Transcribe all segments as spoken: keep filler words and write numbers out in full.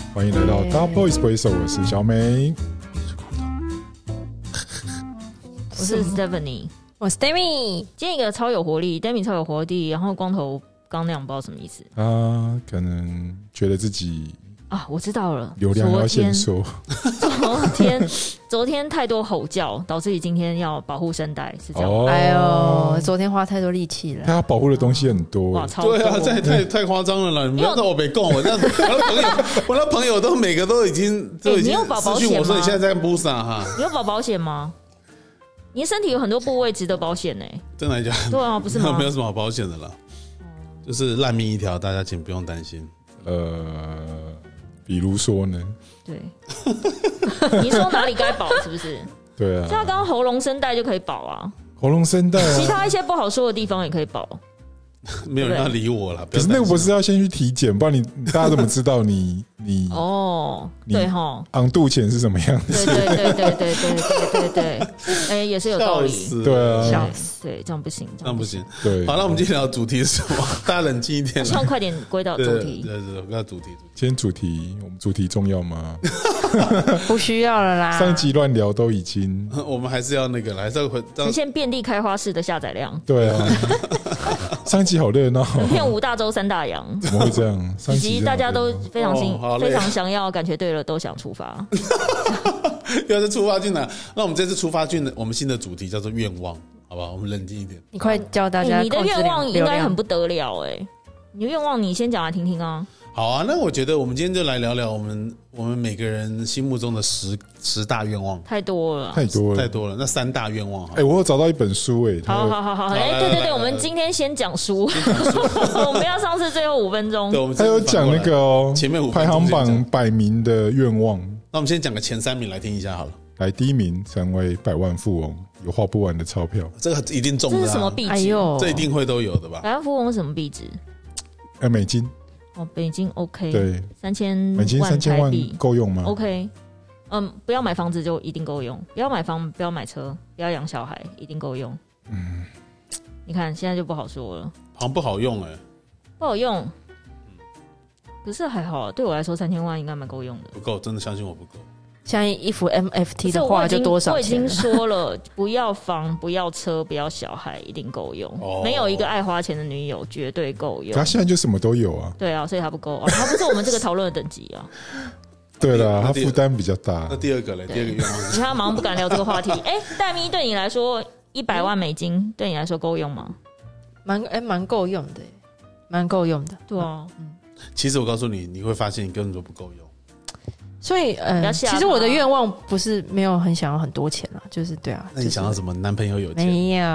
欢迎来到 Double Espresso， 我是小美， 我是 Stephanie， 我是 Demi。 今天一个超有活力 ，Demi 超有活力，然后光头刚那样不知道什么意思。 他可能觉得自己啊，我知道了， 流量要先说。 昨天昨天太多吼叫，导致你今天要保护声带，是这样吗？ 哦， 哎呦，昨天花太多力气了。 他要保护的东西很多， 哇，超多对啊，这太太夸张了啦！你不要跟我别供，我那我那朋友，我那朋友都每个都已经都已经私讯我说你现在在布啥哈？ 你有保保险吗？你的身体有很多部位值得保险呢、欸。 真的假的？ 对啊，不是吗？ 没有什么好保险的啦，就是烂命一条，大家请不用担心。 呃，比如说呢？ 对，你说哪里该保是不是？ 对啊， 像刚刚喉咙声带就可以保啊， 喉咙声带啊， 其他一些不好说的地方也可以保。 没有人要理我了。 可是那个不是要先去体检，不然你大家怎么知道你你哦？对哈， 昂肚前是什么样子？ 对对对对对对对对对，哎、欸，也是有道理。 对啊， 笑死，对，这样不行， 这样不行。 对， 好，那我们今天聊的主题是什么？大家冷静一点， 希望快点归到主题。 对对对，归到主题。 今天主题，我们主题重要吗？ 不需要了啦。 上一集乱聊都已经， 我们还是要那个，还是要呈现遍地开花式的下载量。 对啊。上一集好热闹， 骗五大洲三大洋， 怎么会这样？ 以及大家都非常心、 哦、 非常想要，感觉对了都想出发。 又是出发进来，那我们这次出发进的我们新的主题叫做愿望，好不好？我们冷静一点。 你快教大家、 欸，你的愿望应该很不得了哎、欸，你的愿望你先讲来听听啊。 好啊，那我觉得我们今天就来聊聊我们我们每个人心目中的十十大愿望。 太多了， 太多了， 太多了。那三大愿望，哎、 欸，我有找到一本书、欸，哎， 好好好好，哎、欸，对对对，我们今天先讲书，我们要上次最后五分钟。 对，我们他有讲那个哦， 前面五排行榜百名的愿望。 那我们先讲个前三名来听一下好了。 来，第一名成为百万富翁，有花不完的钞票， 这个一定中的、啊。 这是什么币值？ 哎呦， 这一定会都有的吧？ 百万富翁是什么币值？ 呃，美金。 哦，北京 OK， 对， 三千美金三千万够用吗 ？OK， 嗯，不要买房子就一定够用，不要买房，不要买车，不要养小孩，一定够用。嗯，你看现在就不好说了， 好像不好用哎、欸， 不好用。可是还好，对我来说三千万应该蛮够用的。 不够，真的相信我不够。 像一幅 M F T 的话就多少钱？ 我已经说了，不要房，不要车，不要小孩，一定够用。哦、没有一个爱花钱的女友绝对够用。 他现在就什么都有啊。 对啊，所以他不够啊，他不是我们这个讨论的等级啊。 对啦，他负担比较大。 那第二个嘞？第二个愿望， 你看他马上不敢聊这个话题。哎、欸，戴咪对你来说，一百万美金对你来说够用吗？ 蛮哎蛮够用的，蛮够用的。 对啊， 嗯。其实我告诉你，你会发现你根本就不够用。 所以，呃，其实我的愿望不是没有很想要很多钱啦，就是对啊。 那你想要什么？男朋友有钱？ 没有。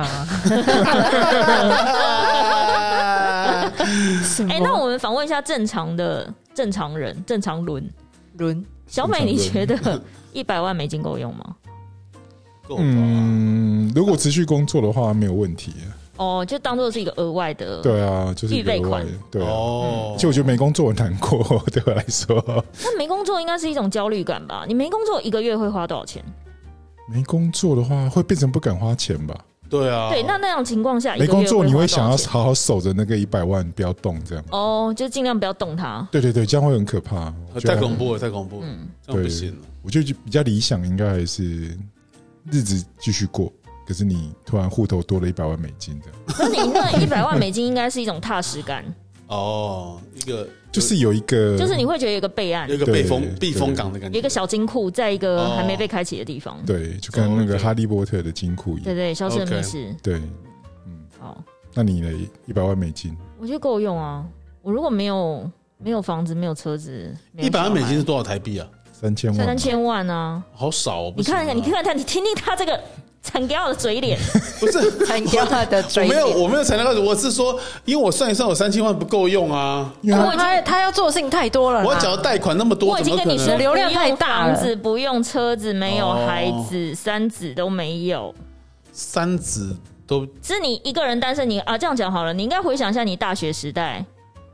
哎，那我们访问一下正常的正常人，正常轮轮。 小美，你觉得一百万美金够用吗？ 够。 嗯，如果持续工作的话，没有问题。 哦，就当做是一个额外的， 对啊，就是预备款， 对啊。 哦， 其实我觉得没工作很难过，对我来说。 那没工作应该是一种焦虑感吧？你没工作一个月会花多少钱？ 没工作的话，会变成不敢花钱吧？ 对啊， 对，那那样情况下， 没工作你会想要好好守着那个一百万，不要动，这样。 哦，就尽量不要动它。 对对对，这样会很可怕， 太恐怖了，太恐怖了，嗯，这样不行了。 我觉得比较理想，应该还是日子继续过。可是你突然户头多了一百万美金，这样。 那你那一百万美金应该是一种踏实感哦，一个就是有一个， 就是你会觉得有一个备案， 有一个避风避风港的感觉， 有一个小金库在一个还没被开启的地方。 对，就跟那个哈利波特的金库一样。 对对，消失的密室。 对，嗯，好。那你呢？一百万美金， 我觉得够用啊。我如果没有没有房子，没有车子， 一百万美金是多少台币啊？ 三千万， 三千万啊， 好少哦！ 你看看，你看看，你听听他这个惨掉的嘴脸， 不是惨掉的嘴脸。 我没有，我没有惨掉的，我是说，因为我算一算，我三千万不够用啊。 因为他他要做的事情太多了， 我缴贷款那么多， 我已经跟你说， 流量太大了， 房子不用，车子没有，孩子三子都没有， 三子都是你一个人单身。你啊，这样讲好了，你应该回想一下你大学时代，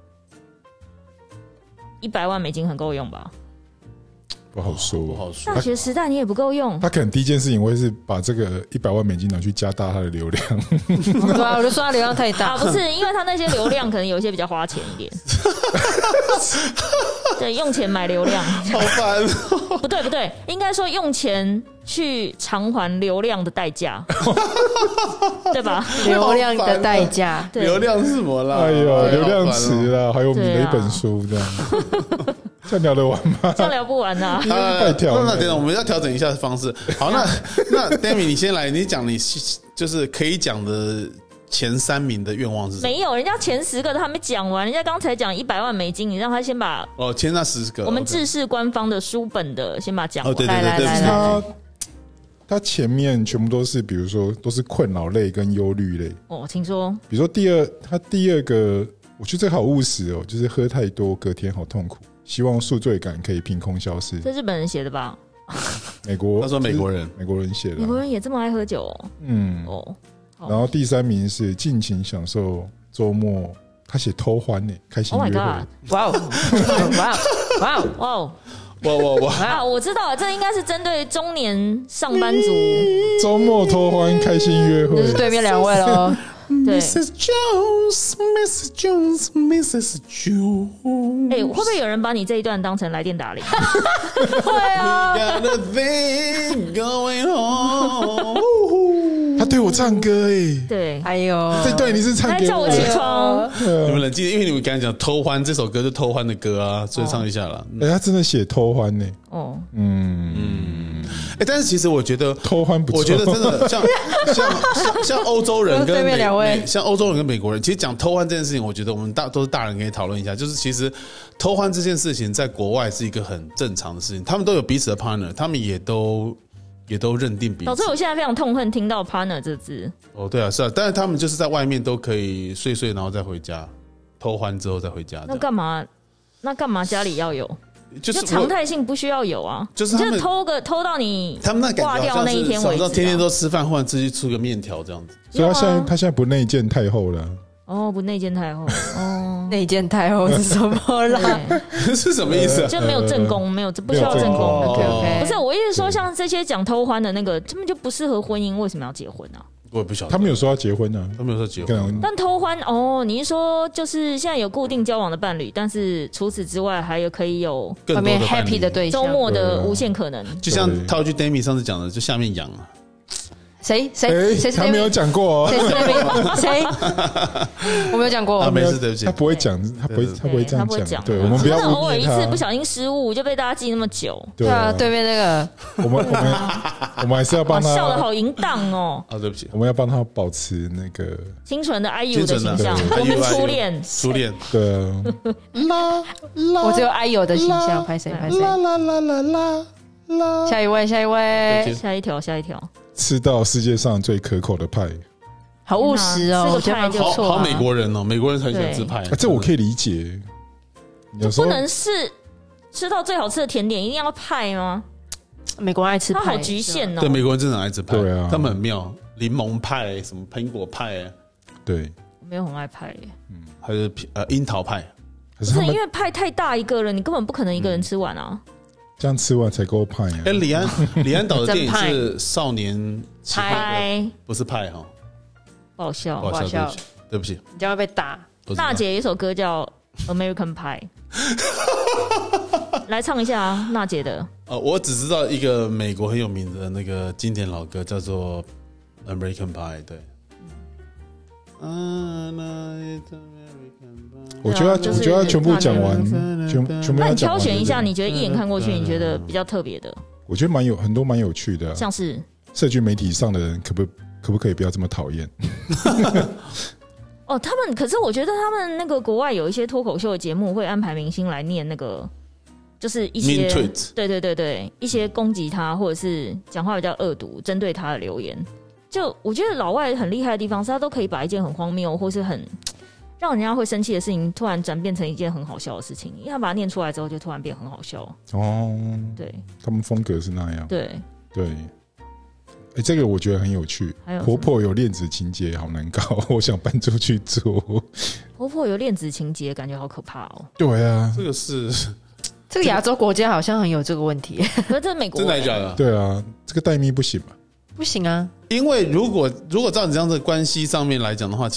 一百万美金很够用吧？ 不好说， 不好说。 大学时代你也不够用， 他可能第一件事情会是把这个一百万美金拿去加大他的流量。 对啊，我就说他流量太大， 啊，不是，因为他那些流量可能有一些比较花钱一点。 对，用钱买流量， 好烦、 喔。不对不对，应该说用钱去偿还流量的代价，对吧？ 流量的代价， 流量是什么啦？ 哎呦，流量池啦，还有我们的一本书这样。这样聊得完吗？ 这样聊不完啊！ 呃、那那等等，我们要调整一下方式。好，那那 Demi 你先来，你讲你就是可以讲的前三名的愿望是什么？ 没有，人家前十个都还没讲完，人家刚才讲一百万美金，你让他先把哦前那十个我们制式官方的书本的先把它讲完。 哦，对对对对， 来来他他前面全部都是，比如说都是困扰类跟忧虑类。 哦，请说。 比如说第二，他第二个，我觉得这个好务实哦，就是喝太多，隔天好痛苦。希望宿醉感可以凭空消失。 这日本人写的吧？ 美国， 他说美国人， 美国人写的。 美国人也这么爱喝酒哦。 嗯， 哦。 然后第三名是尽情享受周末，他写偷欢呢，开心约会。 哇哦，哇哦，哇哦， 哇哦！ 哇哇哇！ 啊，我知道了，这应该是针对中年上班族。 周末偷欢，开心约会， 就是对面两位喽。 对 ，Missus Jones，Missus Jones，Missus Jones。 哎、欸，会不会有人把你这一段当成来电打铃？ 会啊。 Got a thing going on 他对我唱歌哎， 对， 哎呦， 这对你是唱给我，他叫我起床。 你们冷静，因为你们刚才讲偷欢这首歌，就偷欢的歌啊，所以唱一下了。 哎、欸，他真的写偷欢呢。 哦， 嗯嗯，哎、欸，但是其实我觉得偷欢不错， 我觉得真的像像像像欧洲人跟美两位， 像欧洲人跟美国人，其实讲偷欢这件事情，我觉得我们大都是大人可以讨论一下。就是其实偷欢这件事情，在国外是一个很正常的事情，他们都有彼此的 partner， 他们也都。也都认定彼此。 导致我现在非常痛恨听到 partner 这字。 哦，对啊，是啊，但是他们就是在外面都可以睡睡，然后再回家，偷欢之后再回家。 那干嘛？那干嘛家里要有？ 就是常态性不需要有啊， 就是他们就是偷个偷到你他们那挂掉那一天为止、啊， 天天都吃饭，或者自己出个面条这样子。 所以他现在、啊、他现在不内建太后了。 哦，不内建太后哦， 内建太后是什么啦？ 是什么意思、啊？ 就没有正宫，没有不需要正宫。 OK OK， 不是我意思说，像这些讲偷欢的那个，根本就不适合婚姻，为什么要结婚啊？ 我也不晓得， 他们有说要结婚啊， 他们有说结婚。 但偷欢哦，你是说就是现在有固定交往的伴侣，但是除此之外还有可以有外面 happy 的对象， 周末的无限可能。 就像套一句 Demi 上次讲的，就下面痒啊。 谁谁谁？ 他没有讲过哦。 谁是谁？我没有讲过。 他没事，对不起。 他不会讲，他不会，他不会这样讲。对，我们不要偶尔一次不小心失误，就被大家记那么久。 对啊，对面那个， 我们我们我们还是要帮他笑得好淫荡哦。 啊，对不起， 我们要帮他保持那个清纯的 I U 的形象，我们初恋， 初恋。 对啊。 啦啦，我只有 I U 的形象，拍谁拍谁。啦啦啦啦啦啦。下一位，下一位， 下一条，下一条。 吃到世界上最可口的派， 好务实哦， 这个派就错、 啊。好美国人哦，美国人才喜欢吃派、 啊，这我可以理解。 有不能是吃到最好吃的甜点一定要派吗？ 美国人爱吃派， 他好局限哦。 对，美国人真的爱吃派， 对啊， 他们很妙，柠檬派、什么苹果派， 对， 我没有很爱派耶， 嗯，还是呃樱桃派， 不是因为派太大一个了，你根本不可能一个人吃完啊。嗯， 这样吃完才够派啊！ 哎，李安，李安导的电影是《少年派》， 不是派哈， 不好笑， 不好笑，对不起， 你将要被打。 娜姐有一首歌叫《American Pie》，来唱一下啊，娜姐的。 呃，我只知道一个美国很有名的那个经典老歌，叫做《American Pie》，对。 我觉得，我觉得要全部讲完，全全部。 那你挑选一下，你觉得一眼看过去，你觉得比较特别的？ 我觉得蛮有很多蛮有趣的， 像是社群媒体上的人，可不可不可以不要这么讨厌？ 哦，他们可是我觉得他们那个国外有一些脱口秀的节目会安排明星来念那个，就是一些对对对对一些攻击他或者是讲话比较恶毒、针对他的留言。就我觉得老外很厉害的地方是，他都可以把一件很荒谬或是很让人家会生气的事情，突然转变成一件很好笑的事情，因为他把它念出来之后，就突然变很好笑。哦，对， 他们风格是那样。 对对，哎、欸，这个我觉得很有趣。婆婆有恋子情节，好难搞，我想搬出去住。 婆婆有恋子情节，感觉好可怕哦。 对啊， 这个是这个亚洲国家好像很有这个问题。 可是这是美国真的假的？ 对啊，这个待命不行吧？ 不行啊， 因为如果如果照你这样的关系上面来讲的话，其实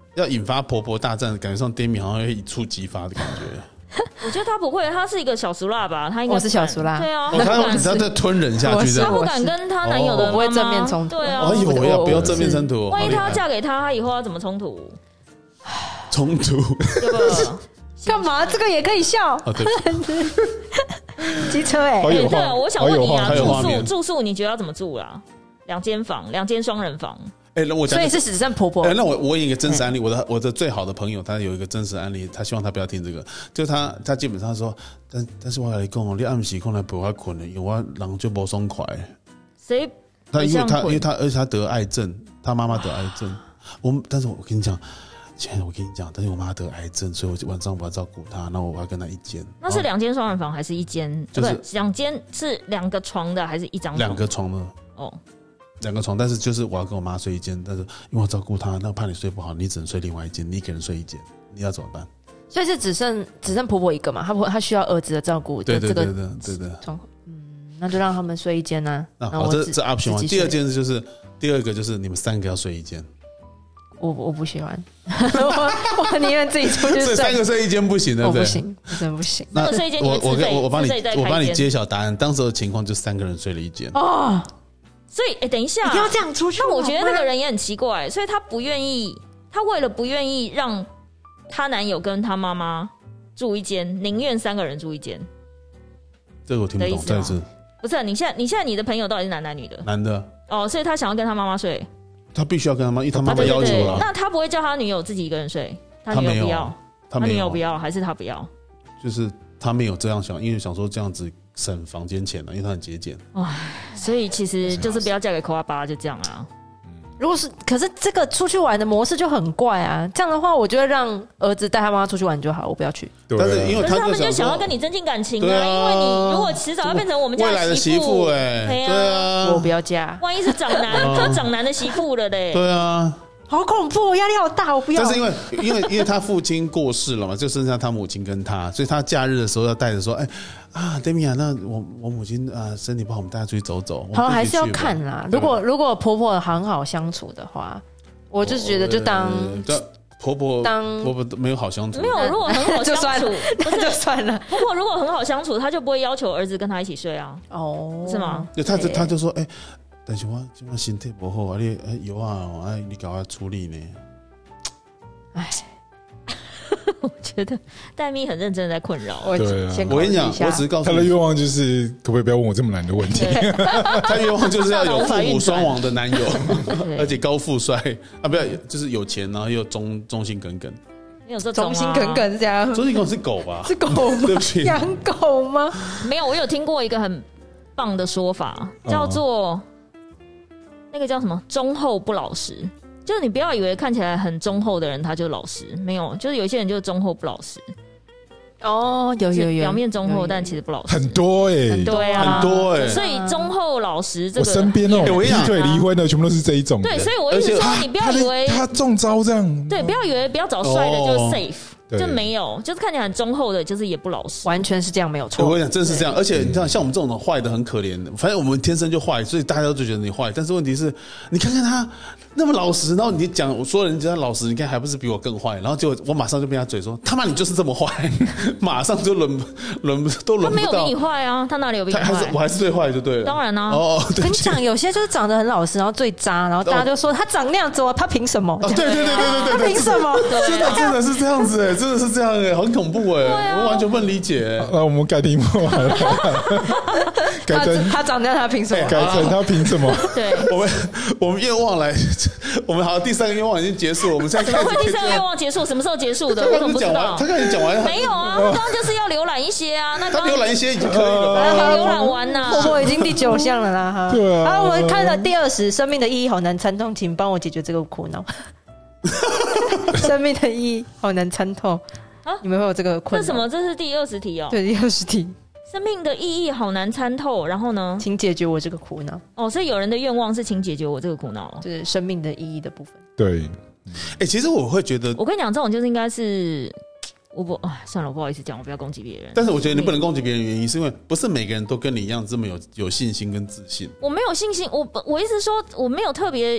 要引发婆婆大战，感觉上 Demi 好像会一触即发的感觉。 我觉得他不会，他是一个小俗辣吧？他应该我是小俗辣， 对啊， 他他只要再吞忍下去，这样他不敢跟他男友的妈妈， 我不会正面冲突。 对啊， 哎呦，我要不要正面冲突？ 万一他要嫁给他，他以后要怎么冲突？ 冲突？ 干嘛？这个也可以笑？ 哦，对， 机车哎， 好有对啊，我想问你啊，住宿住宿你觉得要怎么住啦？两间房，两间双人房。 哎、欸，那我所以是只剩婆婆。 哎、欸，那我我问一个真实案例，我的我的最好的朋友，他有一个真实案例，他希望他不要听这个，就他他基本上说，但但是我跟你讲哦，你暗时可能不会困的，因为我人就不爽快。 谁？ 他因为他因为他而且他得癌症，他妈妈得癌症。我们但是我跟你讲，亲爱的，我跟你讲，但是我妈得癌症，所以我晚上我要照顾她，然后我要跟她一间。 那是两间双人房还是一间？就是两间是两个床的还是一张床？ 两个床的哦。两个床，但是就是我要跟我妈睡一间，但是因为我照顾她，那怕你睡不好，你只能睡另外一间，你一个人睡一间，你要怎么办？ 所以是只剩只剩婆婆一个嘛？她婆她需要儿子的照顾， 对对对对对对状况，嗯，那就让他们睡一间呢、 啊。那好，这这 option one。第二件事就是第二个就是你们三个要睡一间。 我我不喜欢，我我宁愿自己出去睡。 三个睡一间不行，对不对？ 我不行，真不行。 那睡一间， 我我我我帮你我帮你揭晓答案。当时的情况就三个人睡了一间哦。 所以，哎、欸，等一下， 一定要这样出去。 那我觉得那个人也很奇怪，所以他不愿意，他为了不愿意让他男友跟他妈妈住一间，宁愿三个人住一间。 这个我听不懂，但是不是你现在你现在你的朋友到底是男男女的？ 男的。 哦，所以他想要跟他妈妈睡。 他必须要跟他妈，因为他妈妈要求了、啊。 那他不会叫他女友自己一个人睡？他女友不要，他女友不要，还是他不要？ 就是他没有这样想，因为想说这样子省房间钱了，因为他很节俭。 唉，所以其实就是不要嫁给抠阿巴，就这样啊。 如果是，可是这个出去玩的模式就很怪啊。这样的话，我就会让儿子带他妈妈出去玩就好，我不要去。 对啊、但是因为 他, 可是他们就想要跟你增进感情啊，啊因为你如果迟早要变成我们家未来的媳妇，哎、 欸， 对啊， 我不要嫁。 万一是长男，他长男的媳妇了嘞。 对啊。 好恐怖，压力好大，我不要。 但是因为因为因为他父亲过世了嘛，就剩下他母亲跟他，所以他假日的时候要带着说，哎啊 ，Demi 啊，那我我母亲啊身体不好，我们带她出去走走。 好，还是要看啦。如果如果婆婆很好相处的话，我就觉得就当、 呃、婆婆当婆婆没有好相处， 没有。如果很好相处， 那就算了。 婆婆如果很好相处，她就不会要求儿子跟她一起睡啊。哦，是吗？ 就他就他就说，哎、欸。但是我今晚身体不好啊，你药啊，哎，你搞我处理呢？ 哎，我觉得戴咪很认真的在困扰。 对啊， 我跟你讲，我只是告诉他的愿望就是可不可以不要问我这么难的问题？ 他愿望就是要有父母双亡的男友，而且高富帅啊，不要就是有钱，然后又忠忠心耿耿。 没有这种、啊、 忠心耿耿是这样， 忠心耿耿是狗吧？ 是狗吗？ 对不起， 养狗吗？ 没有，我有听过一个很棒的说法，叫做。哦那个叫什么忠厚不老实，就是你不要以为看起来很忠厚的人他就老实，没有，就是有些人就是忠厚不老实。 哦，有有有， 表面忠厚，但其实不老实， 很多哎、欸， 对啊， 很多哎、欸。 所以忠厚老实这个， 我身边那种劈腿离婚的全部都是这一种。 对，所以我一直说，你不要以为他, 他, 他中招这样， 对，不要以为不要找帅的就是 safe。 哦就没有，就是看起来很忠厚的，就是也不老实， 完全是这样，没有错。 我跟你讲，真是这样。而且你知道，像我们这种坏的很可怜的，反正我们天生就坏，所以大家都觉得你坏。但是问题是，你看看他那么老实，然后你讲我说人家老实，你看还不是比我更坏？然后就我马上就被他嘴说，他妈你就是这么坏，马上就轮轮都轮不到。 他没有比你坏啊，他哪里有比你坏？ 我还是最坏就对了。 当然啊。 哦， 跟你讲，有些就是长得很老实，然后最渣，然后大家就说他长那样子，他凭什么？ 哦，对对对对对对， 他凭什么？ 真的真的是这样子哎，真的是这样哎。很恐怖哎、欸啊，我完全不能理解、欸。 那我们改题目好了， 改成他长那样，他凭什么？ 改成他凭什么？ 对， 我们我们愿望来，我们好，第三个愿望已经结束，我们现在怎么会第三个愿望结束？什么时候结束的？我怎么不知道？ 他刚才讲完， 没有啊，刚刚就是要浏览一些啊。那他浏览一些已经可以了吧？ 还浏览完呢、啊， 我已经第九项了啦哈。 对啊。 好，我们看了第二十，生命的意义好难参透，请帮我解决这个苦恼。生命的意义好难参透。啊、你们会有这个困扰？ 这什么？这是第二十题哦。 对，第二十题。 生命的意义好难参透，然后呢？ 请解决我这个苦恼。 哦，所以有人的愿望是请解决我这个苦恼、哦， 就是生命的意义的部分。 对。 哎、欸，其实我会觉得， 我跟你讲，这种就是应该是我不啊，算了，我不好意思讲，我不要攻击别人。 但是我觉得你不能攻击别人，原因是因为不是每个人都跟你一样这么有有信心跟自信。 我没有信心，我我意思是说我没有特别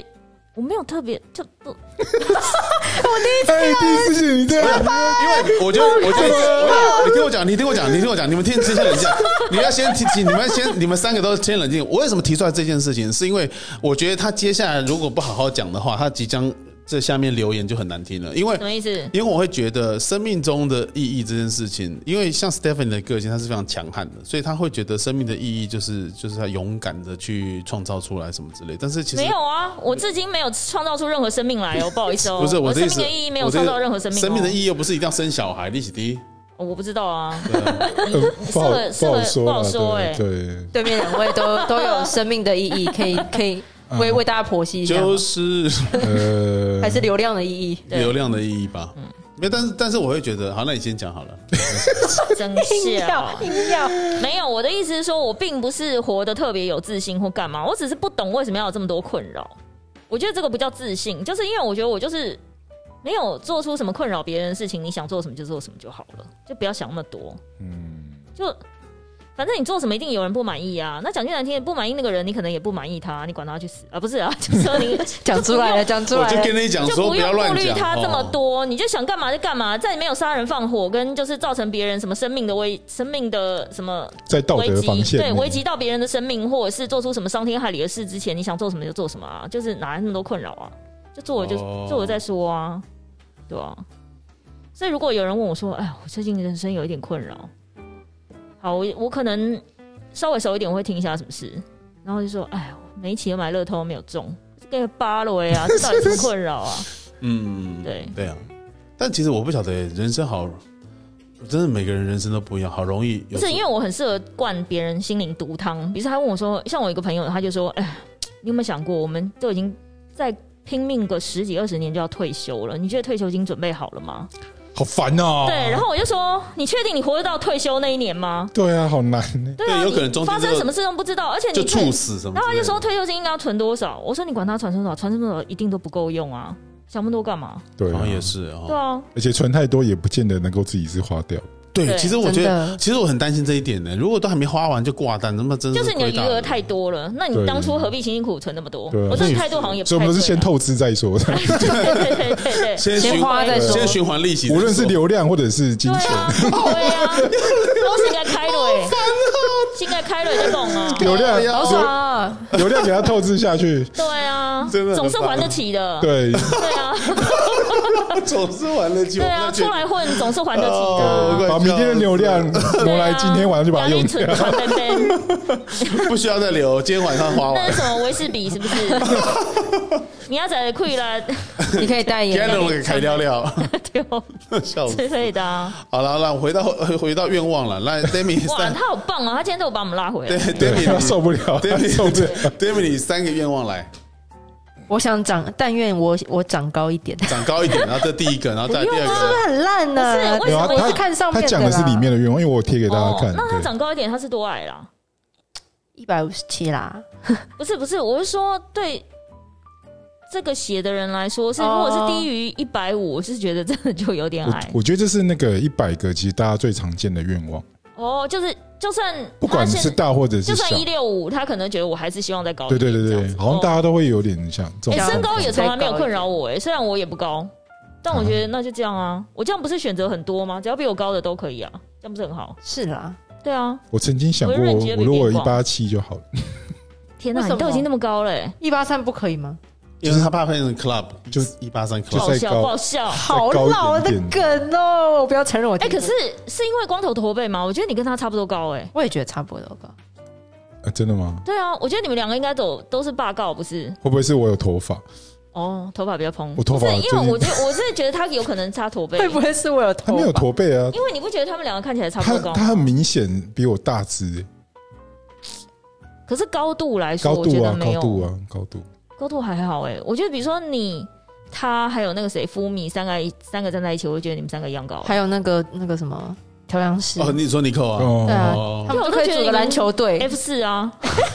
我没有特别就不，我第一次、 哎，第一次你这样， 因为我觉得，我觉得，你听我讲，你听我讲，你听我讲，你们听，先冷静，你要先提，你们先，你们三个都先冷静。我为什么提出来这件事情？是因为我觉得他接下来如果不好好讲的话，他即将。这下面留言就很难听了，因为什么意思？ 因为我会觉得生命中的意义这件事情，因为像 Stephanie 的个性，他是非常强悍的，所以他会觉得生命的意义就是就是他勇敢的去创造出来什么之类。但是其实没有啊，我至今没有创造出任何生命来哦，不好意思哦。 不是我的生命的意义没有创造任何生命、哦， 生命的意义又不是一定要生小孩，利息低。 我不知道啊， 不好不好说， 不好说哎、 欸。对， 对面两位都都有生命的意义，可以可以为为大家剖析一下， 就是呃， 还是流量的意义， 流量的意义吧。嗯，没有，但是但是我会觉得，好，那你先讲好了。 真硬要硬要， 没有，我的意思是说，我并不是活得特别有自信或干嘛，我只是不懂为什么要有这么多困扰。我觉得这个不叫自信，就是因为我觉得我就是没有做出什么困扰别人的事情，你想做什么就做什么就好了，就不要想那么多。嗯，就。反正你做什么一定有人不满意啊！那讲句难听，不满意那个人，你可能也不满意他，你管他去死啊！不是啊，就是说你讲出来了，讲出来了， 我就跟你讲说不要乱讲， 就不用顾虑他这么多，你就想干嘛就干嘛，在没有杀人放火跟就是造成别人什么生命的危、生命的什么在道德防线对危及到别人的生命，或者是做出什么伤天害理的事之前，你想做什么就做什么啊！就是哪来那么多困扰啊？就做了就、哦、做了再说啊，对吧、啊？所以如果有人问我说：“哎，我最近人生有一点困扰。”好，我我可能。稍微熟一点，我会听一下什么事，然后就说：“哎，每一期都买乐透没有中，给扒了呀，这到底什么困扰啊？”嗯，对对啊。但其实我不晓得，人生好，真的每个人人生都不一样，好容易。 不是因为我很适合灌别人心灵毒汤，比如说他问我说，像我一个朋友，他就说：“哎，你有没有想过，我们都已经在拼命个十几二十年就要退休了，你觉得退休金准备好了吗？” 好烦哦！ 对，然后我就说：“你确定你活得到退休那一年吗？” 对啊，好难。 对啊， 有可能中间发生什么事都不知道，而且你就猝死什么。 然后他就说退休金应该要存多少？我说你管他存多少，存多少一定都不够用啊，想那么多干嘛？ 对、啊， 好像也是哦。 对啊， 而且存太多也不见得能够自己是花掉。 对，其实我觉得，其实我很担心这一点呢。如果都还没花完就挂单，那么真的就是你的余额太多了。那你当初何必辛辛苦苦存那么多？我说你太多好像也不太对。 所以我们是先透支再说。 对对对对对， 先花再说， 先循环利息。 无论是流量或者是金钱， 对啊，都是应该开了哎，应该开了就懂了。 流量好爽啊！ 流量给他透支下去。 对啊，总是还得起的。 对对啊， 总是还得起。 对啊，出来混总是还得起的。 把明天的流量挪来今天晚上就把它用掉， 不需要再留，今天晚上花完。 那是什么威士比是不是？你要在亏了， 你可以代言， 给我给开掉了， 对， 笑死， 可以的、啊。 好了，那回到回到愿望了。来 ，Demi， 哇，他好棒啊！他今天都有把我们拉回来。 对 ，Demi 受不了 ，Demi 受不了 ，Demi， 你三个愿望来。 我想长，但愿我我长高一点， 长高一点，然后这第一个，然后再第二个， 是不是很烂呢？ 是为什么？ 我是看上面他讲的是里面的愿望，因为我贴给大家看。 哦、那他长高一点，他是多矮啦？ 一百五十七啦。 不是不是，我是说对这个写的人来说，是如果是低于一百五，我是觉得真的就有点矮。 我, 我觉得这是那个一百个，其实大家最常见的愿望。 哦，就是就算不管是大或者是小， 就算一六五，他可能觉得我还是希望再高一点。 点。 对对对对，好像大家都会有点像这种。 哎、欸，身高也从来没有困扰我哎、欸，虽然我也不高，但我觉得那就这样啊。我这样不是选择很多吗？只要比我高的都可以啊，这样不是很好？ 是啦， 对啊。 我曾经想过，我如果一八七就好了。 天哪，你都已经那么高了、欸， 一八三不可以吗？ 因为他怕变成 club， 就一八三 club， 不好笑，不好笑， 好老的梗哦！我不要承认我。 哎、欸，可是是因为光头驼背吗？我觉得你跟他差不多高、欸，哎， 我也觉得差不多高。 啊，真的吗？ 对啊，我觉得你们两个应该都都是霸告，不是？ 会不会是我有头发？ 哦，头发比较蓬。 我头发， 因为我觉得我真的觉得他有可能差驼背。 会不会是我有头发？ 他没有驼背啊， 因为你不觉得他们两个看起来差不多高吗？ 他他很明显比我大只。 可是高度来说， 高度啊， 没有高度啊，高度。 高度还好哎、欸，我觉得比如说你、他还有那个谁，福米三个三个站在一起，我会觉得你们三个一样高。 还有那个那个什么调香师哦，你说尼克啊？ 哦、 对啊，他们就可以组个篮球队 F 四啊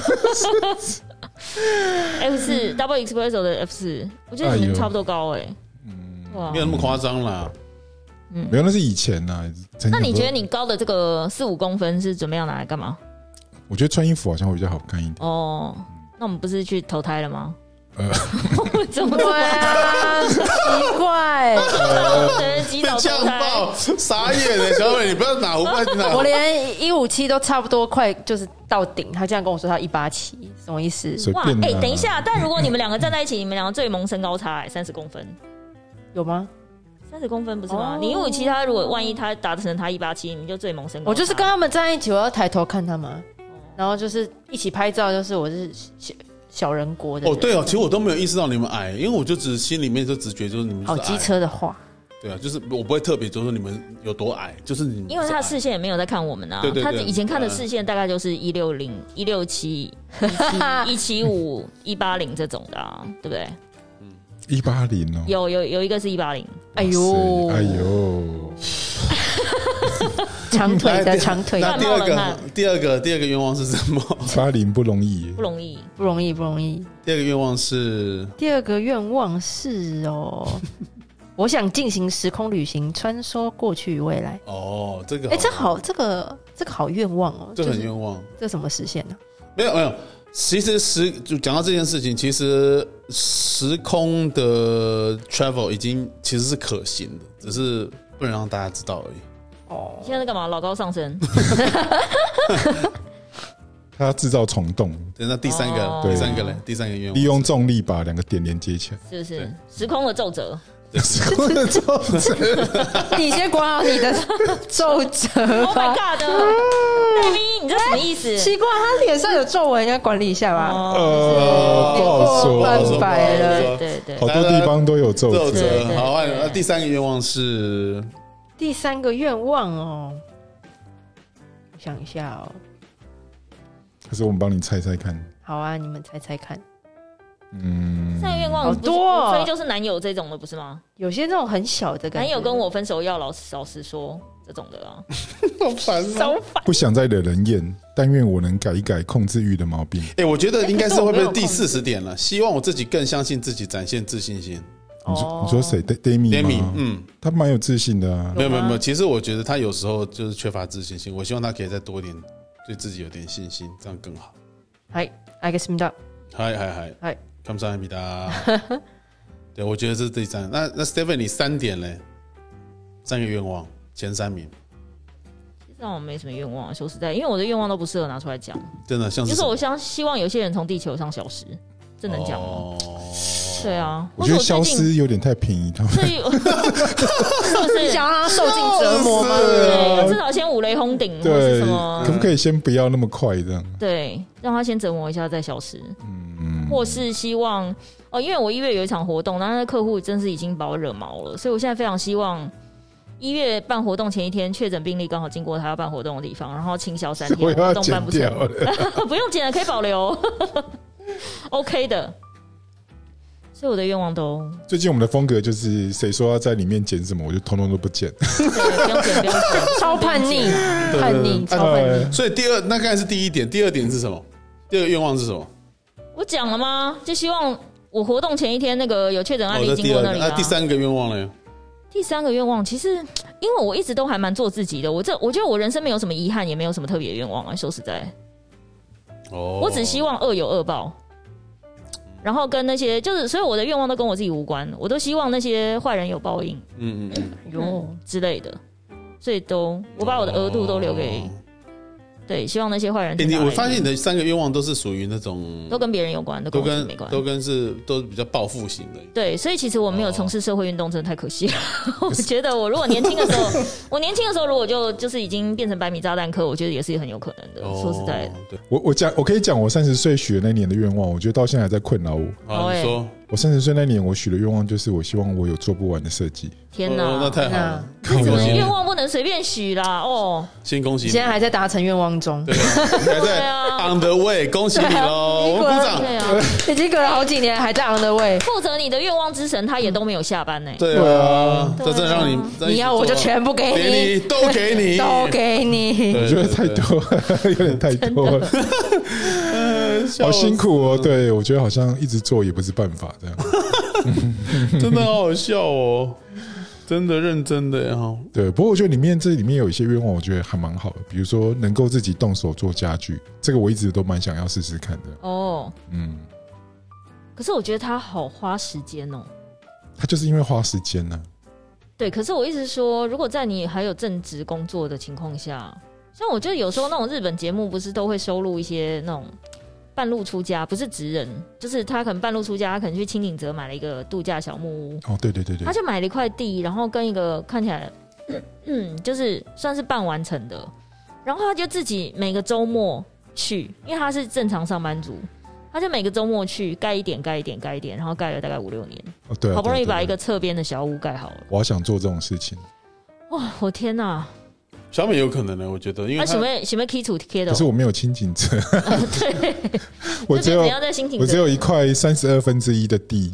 ，F 四 Double Espresso 的 F 四，我觉得你们差不多高哎、欸， 嗯，没有那么夸张啦。 嗯，没有，那是以前啊。 那你觉得你高的这个四五公分是准备要拿来干嘛？ 我觉得穿衣服好像会比较好看一点。 哦，那我们不是去投胎了吗？ 呃， 怎么对啊，奇怪， 被呛爆，傻眼的小美，你不要哪壶不开提哪壶。 我连一五七都差不多快就是到顶，他这样跟我说他一八七，什么意思？ 随便哎、欸，等一下，但如果你们两个站在一起，你们两个最萌身高差哎、欸，三十公分， 有吗？ 三十公分不是吗？ 哦你一五七，他如果万一他达成他一八七，你就最萌身高差。 我就是跟他们站在一起，我要抬头看他们，然后就是一起拍照，就是我是小小人国的人。 哦，对哦，其实我都没有意识到你们矮，因为我就只心里面就直觉就是你们好机车的话。 对啊，就是我不会特别就说你们有多矮，就是你们因为他的视线也没有在看我们啊， 对对对他以前看的视线大概就是一六零、一六七、一七五、一八零这种的啊，对不对？ 一八零哦， 有有有一个是一八零， 哎呦， 哎呦， 长腿的长腿的， 那第二个第二个第二个愿望是什么？ 八零不容易， 不容易， 不容易，不容易。 第二个愿望是第二个愿望是哦。我想进行时空旅行，穿梭过去与未来。 哦，这个哎、欸，这好，这个这个好愿望哦， 这很愿望。 这怎么实现呢、 啊？没有没有，其实时就讲到这件事情，其实时空的 travel 已经其实是可行的，只是不能让大家知道而已。 哦， 你现在在干嘛？老高上身。 他制造虫洞。 对，那第三个， 哦、 第三个嘞，第三个愿望， 利用重力把两个点连接起来， 是不是？时空的皱褶。 时空的皱褶。 你先管好你的皱褶。 Oh my god！ Baby， 你这什么意思？ 奇怪，他脸上有皱纹，应该管理一下吧？ 呃，不好说， 半白了。 对对， 好多地方都有皱皱褶。 褶。好，那第三个愿望是第三个愿望哦，我想一下哦。 可是我们帮你猜猜看。 好啊，你们猜猜看。 嗯， 三个愿望好多、哦， 所以就是男友这种的不是吗？ 有些这种很小的感觉， 男友跟我分手要老实老实说这种的啊， 好烦啊， 不想再惹人厌，但愿我能改一改控制欲的毛病。 哎、欸，我觉得应该是会不会第四十点了？希望我自己更相信自己，展现自信心。 你说你说谁 ？Demi 吗？ 嗯， 他蛮有自信的啊。 没有没有没有，其实我觉得他有时候就是缺乏自信心。我希望他可以再多一点，对自己有点信心，这样更好。 嗨，알겠습니다。 嗨嗨嗨嗨。 감사합니다。对，我觉得这是第三。那那 Stephen， 你三点嘞？三个愿望，前三名。 其实我没什么愿望，说实在，因为我的愿望都不适合拿出来讲。 真的，像是就是我想希望有些人从地球上消失，这能讲吗？哦，对啊， 我觉得消失有点太便宜，他们。 所以，是不是想让他受尽折磨吗？ 对，至少先五雷轰顶，或是什么？ 可不可以先不要那么快这样？ 对，让他先折磨一下再消失。嗯，或是希望哦，因为我一月有一场活动，那那客户真是已经把我惹毛了，所以我现在非常希望一月办活动前一天，确诊病例刚好经过他要办活动的地方，然后清消三天，活动办不成，不用剪了，可以保留，OK 的。所以我的愿望都最近我们的风格就是谁说要在里面剪什么，我就通通都不剪。 对，不用剪，不用剪， 超叛逆，叛逆，超叛逆。 所以第二，那刚才是第一点，第二点是什么？第二个愿望是什么？ 我讲了吗？就希望我活动前一天那个有确诊案例经过那里、啊哦。那第三个愿望呢？ 第三个愿望其实，因为我一直都还蛮做自己的，我这我觉得我人生没有什么遗憾，也没有什么特别的愿望啊。说实在，哦，我只希望恶有恶报。然后跟那些就是，所以我的愿望都跟我自己无关，我都希望那些坏人有报应，嗯嗯嗯，有之类的，所以都我把我的额度都留给，哦、对，希望那些坏人。 欸、你我发现你的三个愿望都是属于那种都跟别人有关，都跟没关， 都跟是都比较报复型的。 对，所以其实我没有从事社会运动，真的太可惜了。我觉得我如果年轻的时候，我年轻的时候如果就就是已经变成百米炸弹客，我觉得也是很有可能的。哦、说实在的， 我我讲我可以讲我三十岁许的那年的愿望，我觉得到现在还在困扰我。 好，你说。 我三十岁那年，我许的愿望就是我希望我有做不完的设计。 天哪， 哦、那太好了！ 这愿望不能随便许啦哦。 先恭喜你， 现在还在达成愿望中， 对，还在 on the way， 恭喜你喽！我鼓掌。 对啊， 已经隔了好几年，还在 on the way。 负责你的愿望之神，他也都没有下班呢。 对啊，这真让你你要我就全部给你，都给你， 都给你。 我觉得太多了，有点太多了，好辛苦哦。对，我觉得好像一直做也不是办法，这样。 真的好好笑哦，真的认真的哈。 对，不过我觉得里面这里面有一些愿望，我觉得还蛮好的，比如说能够自己动手做家具，这个我一直都蛮想要试试看的。哦，嗯， 可是我觉得他好花时间哦。 他就是因为花时间呢、啊。 对，可是我一直说，如果在你还有正职工作的情况下，像我觉得有时候那种日本节目不是都会收录一些那种半路出家，不是职人，就是他可能半路出家，他可能去清景泽买了一个度假小木屋。 哦，对对对对， 他就买了一块地，然后跟一个看起来嗯，就是算是半完成的，然后他就自己每个周末去，因为他是正常上班族。他就每个周末去盖一点盖一点盖一点，然后盖了大概五六年， 哦对啊， 好不容易把一个侧边的小屋盖好了。 我好想做这种事情。 哇，我天哪！ 小美有可能呢，我觉得，因为他什么什么基础贴的， 可是我没有清景泽， 对， 我只有我只有一块三十二分之一的地，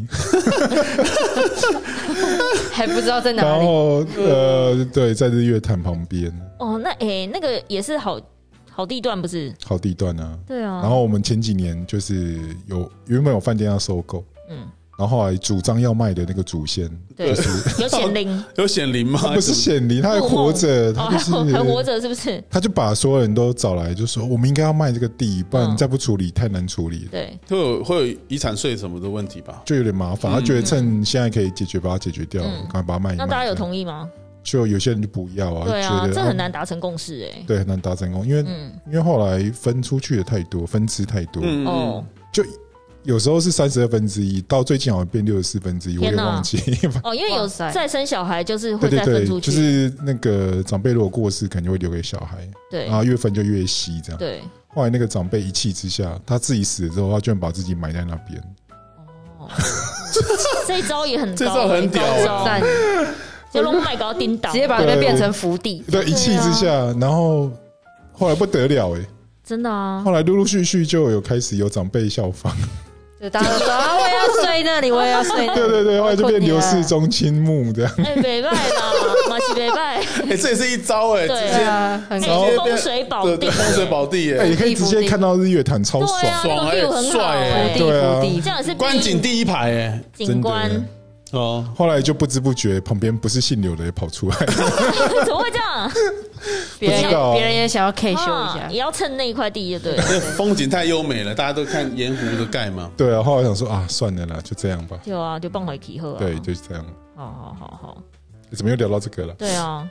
还不知道在哪里。 然后呃，对，在日月潭旁边。 哦，那哎、欸，那个也是好。好地段不是好地段啊， 对啊。 然后我们前几年就是有原本有饭店要收购，嗯，然后后来主张要卖的那个祖先， 对，就是有显灵， 有显灵吗？ 他不是显灵，他还活着，他就是还活着，是不是？ 他就把所有人都找来，就说我们应该要卖这个地，不然再不处理太难处理。 对， 会有会有遗产税什么的问题吧？ 就有点麻烦。他觉得趁现在可以解决，把它解决掉，赶快把它卖一卖。 那大家有同意吗？ 就有些人就不要啊， 对啊， 觉得这很难达成共识哎、欸。 对，很难达成共，因为、嗯、因为后来分出去的太多，分支太多，嗯、哦，就有时候是三十二分之一，到最近好像变六十四分之一，我有点忘记。 哦，因为有再生小孩就是会再分出去， 对对对，就是那个长辈如果过世，可能就会留给小孩， 对， 然后越分就越稀这样。 对， 后来那个长辈一气之下，他自己死了之后，他居然把自己埋在那边。 哦，这一招也很高， 这招很屌， 赞。 就龙脉搞叮当， 直接把那变成福地。 对，一气之下，然后后来不得了哎、欸， 真的啊！ 后来陆陆续续就有开始有长辈效仿， 就大家都说啊，我也要睡那里，我也要睡那里。 对对对，后来就变刘氏宗亲墓这样。 哎、欸，北拜啦，马西北拜， 哎，这也是一招哎、欸， 对啊， 很风水宝地， 风水宝地哎， 你可以直接看到日月潭，超爽， 爽哎，帅哎， 对啊， 这样也是观景第一排哎， 景观。 哦，后来就不知不觉，旁边不是姓刘的也跑出来， 怎么会这样？ 别人别人也想要 K 修一下， 也要蹭那一块地，就对了。 风景太优美了，大家都看沿湖的盖嘛。 对啊，后来想说啊，算了啦，就这样吧。 就啊，就放回起好啊。 对，就是这样。 好好好好， 怎么又聊到这个了？ 对啊。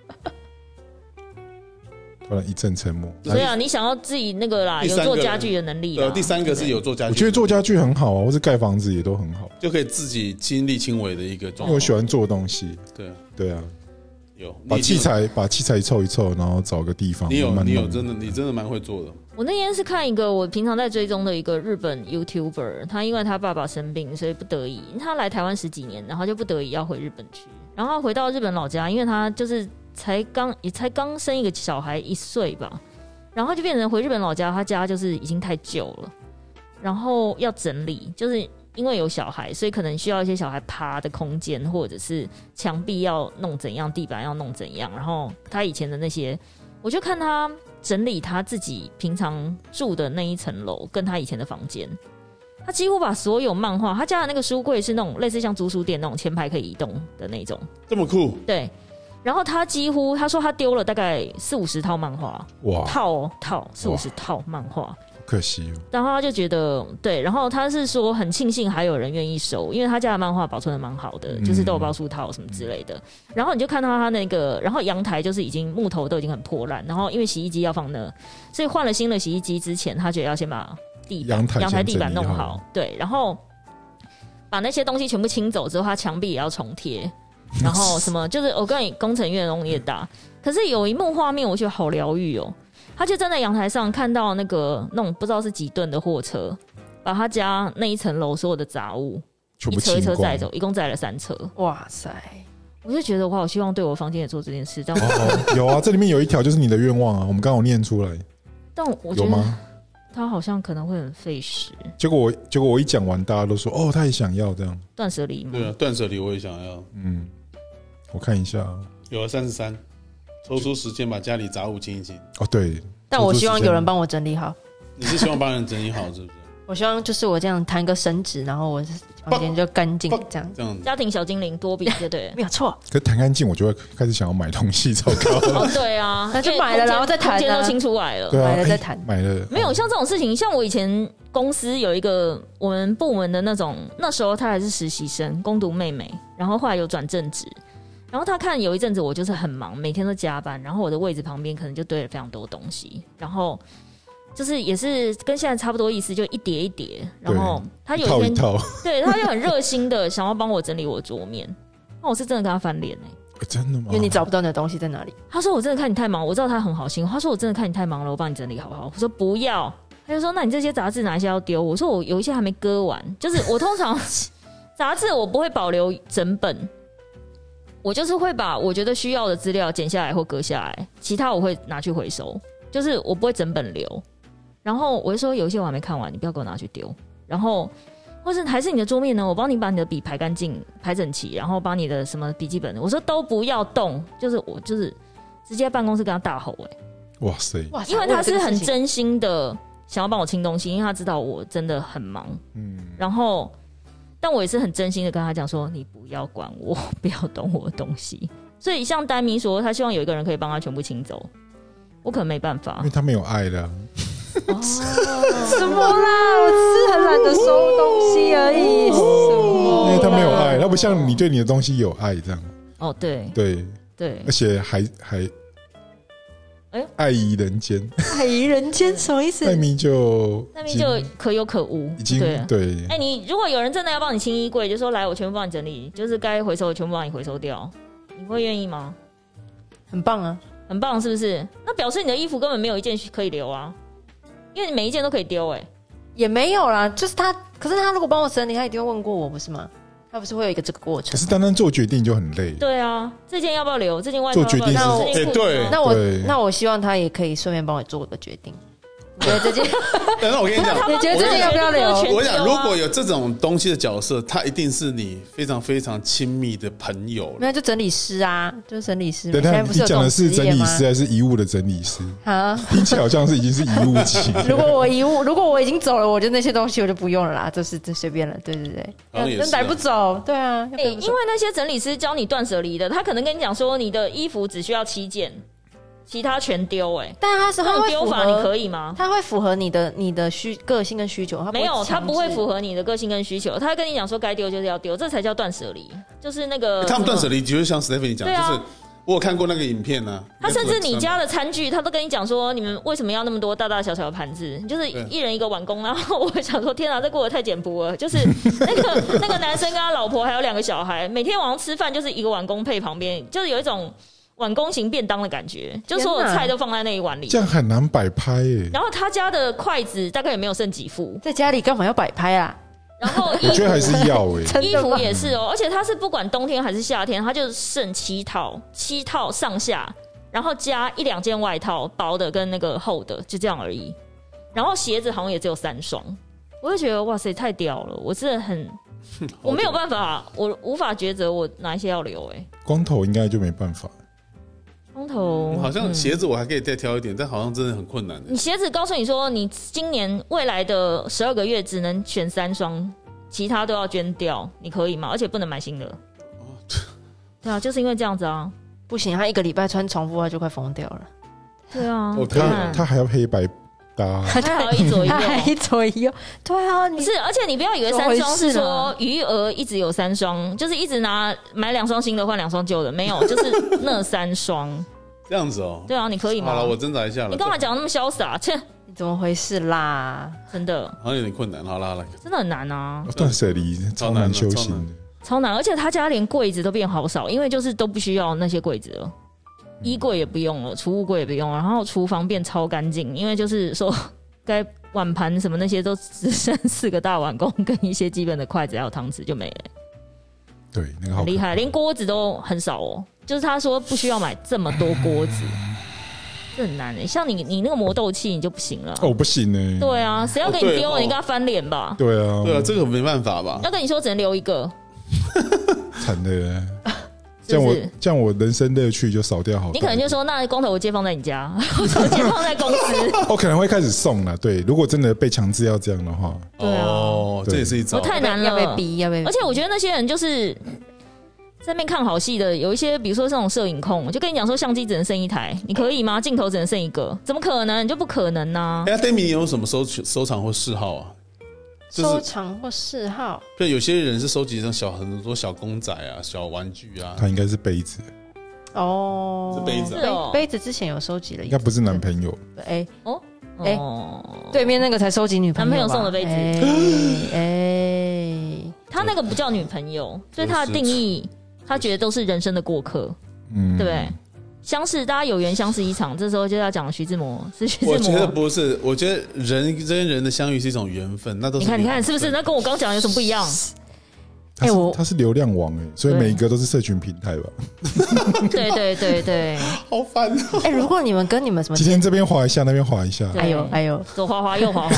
突然一阵沉默。 对啊，你想要自己那个啦，有做家具的能力。 呃，第三个是有做家具， 我觉得做家具很好啊，或是盖房子也都很好， 就可以自己亲力亲为的一个状况。 因为我喜欢做东西。 对对啊， 有把器材把器材凑一凑，然后找个地方。 你有你有真的你真的蛮会做的。 我那天是看一个我平常在追踪的一个日本 YouTuber， 他因为他爸爸生病，所以不得已他来台湾十几年，然后就不得已要回日本去，然后回到日本老家，因为他就是才刚也才刚生一个小孩一岁吧。然后就变成回日本老家，他家就是已经太旧了，然后要整理，就是因为有小孩，所以可能需要一些小孩爬的空间，或者是墙壁要弄怎样，地板要弄怎样。然后他以前的那些，我就看他整理他自己平常住的那一层楼，跟他以前的房间，他几乎把所有漫画，他家的那个书柜是那种类似像租书店那种前排可以移动的那种， 这么酷， 对。然后他几乎他说他丢了大概四五十套漫画，哇，套哦套四五十套漫画， 可惜哦。 然后他就觉得对，然后他是说很庆幸还有人愿意收，因为他家的漫画保存的蛮好的，嗯、就是都有包书套什么之类的。然后你就看到他那个，然后阳台就是已经木头都已经很破烂，然后因为洗衣机要放那，所以换了新的洗衣机之前，他觉得要先把地板阳台地板弄好，对，然后把那些东西全部清走之后，他墙壁也要重贴。然后什么就是我跟你工程越弄越大，可是有一幕画面我觉得好疗愈哦，他就站在阳台上看到那个那种不知道是几吨的货车，把他家那一层楼所有的杂物一车一车载走，一共载了三车。 哇塞！ 我就觉得我好希望对我房间也做这件事，但我、 哦、有啊，这里面有一条就是你的愿望啊，我们刚好念出来。 但我觉得他好像可能会很费时。 结果我结果我一讲完，大家都说哦，他也想要这样断舍离吗？ 对啊，断舍离我也想要。 嗯。我看一下， 有了三十三，抽出时间把家里杂物清一清。 哦，对， 但我希望有人帮我整理好。 你是希望帮人整理好，是不是？ 我希望就是我这样弹个绳子，然后我房间就干净，这样这样。 家庭小精灵多比就对了， 没有错。 可是弹干净，我就会开始想要买东西，糟糕。 哦，对啊， 那就买了，然后再弹， 空间都清出来了， 对啊， 买了再弹， 买了没有像这种事情，像我以前公司有一个我们部门的那种，那时候他还是实习生，工读妹妹，然后后来有转正职。然后他看有一阵子我就是很忙，每天都加班，然后我的位置旁边可能就堆了非常多东西，然后就是也是跟现在差不多意思，就一叠一叠。然后他有一天， 一套一套对，他就很热心的想要帮我整理我桌面，那我是真的跟他翻脸哎、 欸，真的吗？ 因为你找不到你的东西在哪里。 他说我真的看你太忙，我知道他很好心，他说我真的看你太忙了，我帮你整理好不好？我说不要。他就说那你这些杂志哪一些要丢？我说我有一些还没割完，就是我通常杂志我不会保留整本。我就是会把我觉得需要的资料剪下来或割下来，其他我会拿去回收，就是我不会整本留。然后我就说有一些我还没看完，你不要给我拿去丢。然后或是还是你的桌面呢，我帮你把你的笔排干净、排整齐，然后把你的什么笔记本，我说都不要动，就是我就是直接办公室跟他大吼哎、 欸，哇塞！ 因为他是很真心的想要帮我清东西，因为他知道我真的很忙，嗯，然后。但我也是很真心的跟他讲说，你不要管我，不要动我的东西。所以像丹咪说，他希望有一个人可以帮他全部清走，我可能没办法， 因为他没有爱了、啊。 哦，什么啦？我只是很懒得收东西而已。 哦、因为他没有爱，他不像你对你的东西有爱这样。 哦，对对对， 而且还还。哎，爱怡人间， 爱怡人间什么意思？ 戴咪就戴咪就可有可无， 已经对。 哎、欸，你如果有人真的要帮你清衣柜，就说来，我全部帮你整理，就是该回收的全部帮你回收掉，你会愿意吗？ 很棒啊， 很棒，是不是？那表示你的衣服根本没有一件可以留啊，因为你每一件都可以丢。哎， 也没有啦，就是他，可是他如果帮我整理，他一定会问过我，不是吗？他不是会有一个这个过程？ 可是单单做决定就很累。 对啊，这件要不要留？这件外套做决定是是对。 那我那我希望他也可以顺便帮我做个决定。你觉得这件？ 那我跟你讲， 你觉得这件要不要留？ 我讲，如果有这种东西的角色，他一定是你非常非常亲密的朋友。 那就整理师啊，就是整理师。 对，他你讲的是整理师还是遗物的整理师？啊，听起来好像是已经是遗物级。 如果我遗物，如果我已经走了，我就那些东西我就不用了啦，就是就随便了。对对对，那带不走。对啊， 哎、欸，因为那些整理师教你断舍离的，他可能跟你讲说，你的衣服只需要七件。其他全丢哎、欸， 但他是他丢法你可以吗？ 他会符合你的你的需个性跟需求，他没有，他不会符合你的个性跟需求。他会跟你讲说该丢就是要丢，这才叫断舍离。就是那个、 欸、他们断舍离，就是像 Stephanie 讲，啊、就是我有看过那个影片呢、啊。 他甚至你家的餐具，他都跟你讲说，你们为什么要那么多大大小小的盘子？就是一人一个碗公。然后我想说，天啊，这过得太简朴了。就是那个那个男生跟他老婆还有两个小孩，每天晚上吃饭就是一个碗公配旁边，就是有一种。碗公型便当的感觉，就所有菜都放在那一碗里， 这样很难摆拍耶。 然后他家的筷子大概也没有剩几副， 在家里干嘛要摆拍啊？ 然后我觉得还是要哎， 衣服也是哦，而且他是不管冬天还是夏天，他就剩七套，七套上下，然后加一两件外套，薄的跟那个厚的，就这样而已。然后鞋子好像也只有三双，我就觉得哇塞，太屌了！我真的很，我没有办法，我无法抉择我哪一些要留哎。 光头应该就没办法。 光头、 嗯、好像鞋子我还可以再挑一点、嗯，但好像真的很困难。 你鞋子告诉你说，你今年未来的十二个月只能选三双，其他都要捐掉，你可以吗？而且不能买新的。哦，对啊，就是因为这样子啊， 不行，他一个礼拜穿重复，他就快疯掉了。 对啊， 哦、他他还要黑白搭， 他还要一左一右， 一左一右。对啊， 不是，而且你不要以为三双是说余额一直有三双，就是一直拿买两双新的换两双旧的，没有，就是那三双。 这样子哦。 对啊，你可以吗？ 好了，我挣扎一下了。 你干嘛讲那么潇洒？切， 你怎么回事啦？ 真的， 好像有点困难。好啦，好啦， 真的很难啊。 断舍离超难修行的， 超难，而且他家连柜子都变好少，因为就是都不需要那些柜子了。衣柜也不用了，储物柜也不用了，然后厨房变超干净，因为就是说该碗盘什么那些都只剩四个大碗公跟一些基本的筷子还有汤匙就没了。 对，那个好很厉害，连锅子都很少哦。就是他说不需要买这么多锅子，这很难诶。像你你那个磨豆器你就不行了。 哦，不行哎。 对啊，谁要给你丢、哦？你跟他翻脸吧。 对啊， 对啊，这个没办法吧？ 要跟你说只能留一个， 惨的。这样我这样我人生乐趣就少掉好多。 你可能就说那光头我借放在你家，我借放在公司。 我可能会开始送了。对，如果真的被强制要这样的话， 对啊， 哦，这也是一招。 太难了， 要被逼，要被逼。 而且我觉得那些人就是在那边看好戏的，有一些比如说这种摄影控，我就跟你讲说相机只能剩一台，你可以吗？镜头只能剩一个，怎么可能？你就不可能啊！ 哎、欸、，Demi 你有什么收收藏或嗜好啊？ 收藏或嗜好。 对，有些人是收集这种小很多小公仔啊、小玩具啊。 他应该是杯子。 哦， 是杯子、啊， 哦、杯子之前有收集了， 应该不是男朋友。 哎哦哎、 哦， 对面那个才收集女朋友， 男朋友送的杯子。 哎、欸， 他那个不叫女朋友，所以他的定义，他觉得都是人生的过客，嗯，对不对？相识，大家有缘相识一场，这时候就要讲徐志摩，是徐志摩。 我觉得不是，我觉得人跟人的相遇是一种缘分，那都是你看，你看是不是？那跟我刚讲有什么不一样？ 他是、欸、他是流量王哎、欸，所以每一个都是社群平台吧？ 对对对对， 好烦哦！ 哎、欸，如果你们跟你们什么， 今天这边滑一下，那边滑一下， 哎呦哎呦， 左滑滑右滑滑，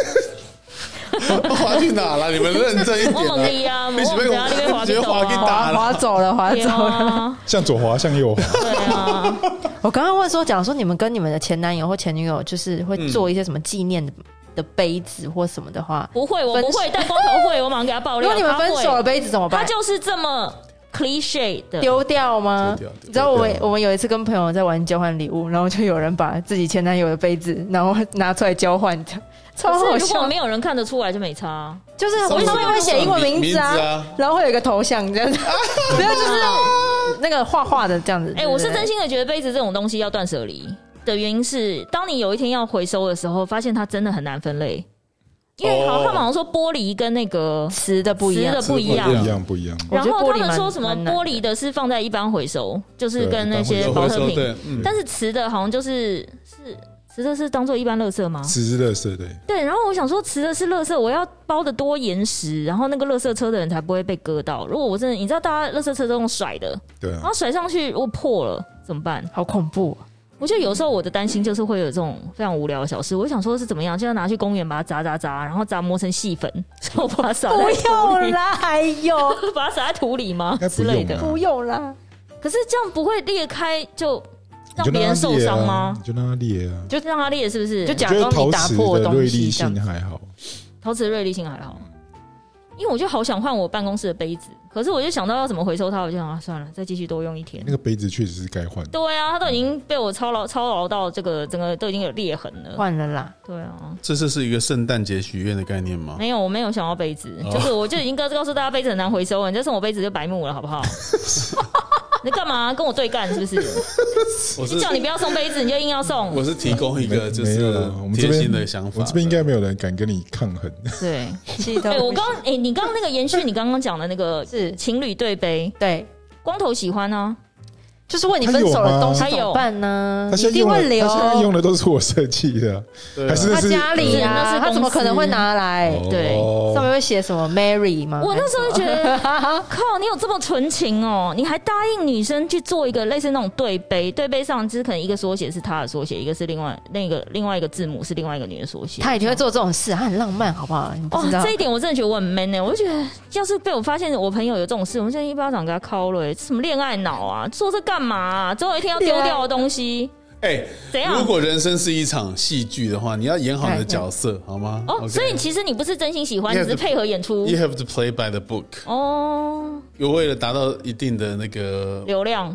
滑去哪了？你们认真一点、啊。 我猛力啊！ 你我在那边滑去滑走啊，滑走了，滑走了， 向左滑，向右滑。 对啊， 我刚刚问说，讲说你们跟你们的前男友或前女友，就是会做一些什么纪念的。嗯的杯子或什么的话， 不会，我不会，但光头会，我马上给他爆料。 如果你们分手了，杯子怎么办？ 他就是这么 cliche 的， 丢掉吗？你知道我们我们有一次跟朋友在玩交换礼物，然后就有人把自己前男友的杯子，然后拿出来交换的，超好笑。 如果没有人看得出来就没差， 就是我上面会写英文名字啊，啊然后会有一个头像这样子，然后就是那个画画的这样子。 哎、欸，我是真心的觉得杯子这种东西要断舍离。的原因是，当你有一天要回收的时候，发现它真的很难分类，因为好，他们好像说玻璃跟那个瓷的不一样， 瓷的不一样， 不一样，不一样。 然后他们说什么玻璃的是放在一般回收，就是跟那些保特瓶，嗯、但是瓷的好像就是是瓷的是当做一般垃圾吗？ 瓷是垃圾，对。 对，然后我想说瓷的是垃圾，我要包的多严实，然后那个垃圾车的人才不会被割到。如果我真的，你知道大家垃圾车都用甩的， 对、啊， 然后甩上去如果破了怎么办？ 好恐怖。 我觉得有时候我的担心就是会有这种非常无聊的小事，我想说是怎么样，就要拿去公园把它砸砸砸，然后砸磨成细粉，然后把它撒在土里。 不用啦，还有把它撒在土里吗之类的？ 不用啦。 可是这样不会裂开就让别人受伤吗？ 你就让它裂啊， 就让它裂是不是？ 就假装你打破的锐利性还好， 陶瓷的锐利性还好。因为我就好想换我办公室的杯子，可是我就想到要怎么回收它，我就想啊，算了，再继续多用一天。 那个杯子确实是该换。 对啊，它都已经被我操劳操劳到这个整个都已经有裂痕了， 换了啦。 对啊， 这是是一个圣诞节许愿的概念吗？ 没有，我没有想要杯子，哦、就是我就已经告告诉大家杯子很难回收了，你再送我杯子就白目了，好不好？你干嘛跟我对干？是不是？我是叫你不要送杯子，你就硬要送。 我是提供一个就是贴心的想法。 我这边应该没有人敢跟你抗衡。 对，哎、欸，我刚哎、欸，你刚刚那个延续你刚刚讲的那个是情侣对杯， 对， 光头喜欢啊。 就是问你分手的东西怎么办呢？ 他一定会留。他现在用的都是我设计的，还是他家里啊？他怎么可能会拿来？ 对， 上面会写什么 Mary 吗？ 我那时候就觉得，靠，你有这么纯情哦！你还答应女生去做一个类似那种对杯，对杯上就是可能一个缩写是他的缩写，一个是另外那个另外一个字母是另外一个女的缩写。 他一定会做这种事，他很浪漫，好不好？你不知道、 哦、这一点我真的觉得我很 man 呢、欸。我就觉得，要是被我发现我朋友有这种事，我就一巴掌给他敲了、欸。什么恋爱脑啊？做这干嘛啊？最后一天要丢掉的东西。 哎、欸，怎样？如果人生是一场戏剧的话，你要演好你的角色，好吗？ 哦， okay. 所以其实你不是真心喜欢，只是配合演出。 You have to play by the book。哦，有为了达到一定的那个流量，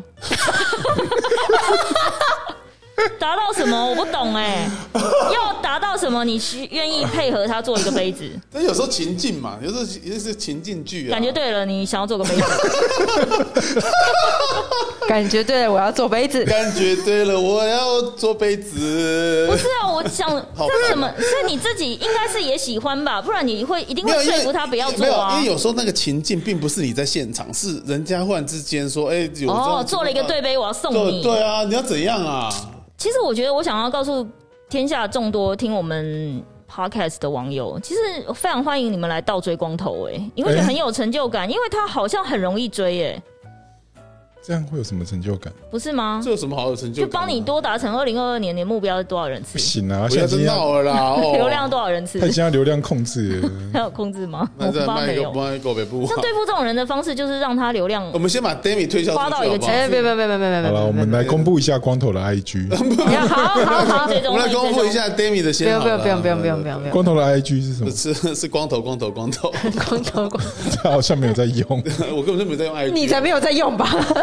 达到什么我不懂哎、欸，要达到什么？你愿意配合他做一个杯子？ 但有时候情境嘛，有时候也是情境剧啊。 感觉对了，你想要做个杯子。 感觉对了，我要做杯子。 感觉对了，我要做杯子。 不是啊，我想这什么？所以你自己应该是也喜欢吧？不然你会一定会说服他不要做啊。 因为有时候那个情境并不是你在现场，是人家忽然之间说：“哎、欸，有哦，做了一个对杯，我要送你。” 对啊，你要怎样啊？ 其实我觉得，我想要告诉天下众多听我们 podcast 的网友，其实非常欢迎你们来倒追光头哎、欸，因为很有成就感，因为他好像很容易追哎、欸。 这样会有什么成就感？ 不是吗？ 这有什么好的成就感、啊？ 就帮你多达成二零二二年的目标是多少人次？ 不行啊， 现在闹了啦！哦、 流量多少人次？ 他现在流量控制了， 还有控制吗？ 那在卖个卖个北部。 像对付这种人的方式，就是让他流量。 我们先把 Demi 推销花到一个哎，别别别别别别！ 好了，我们来公布一下光头的 I G。 好好好， 我们来公布一下 Demi 的先。 不用不用不用不用不用不用。 光头的 I G 是什么？ 是是光头光头光头光头光头。 他好像没有在用， 我根本就没在用 I G。 你才没有在用吧？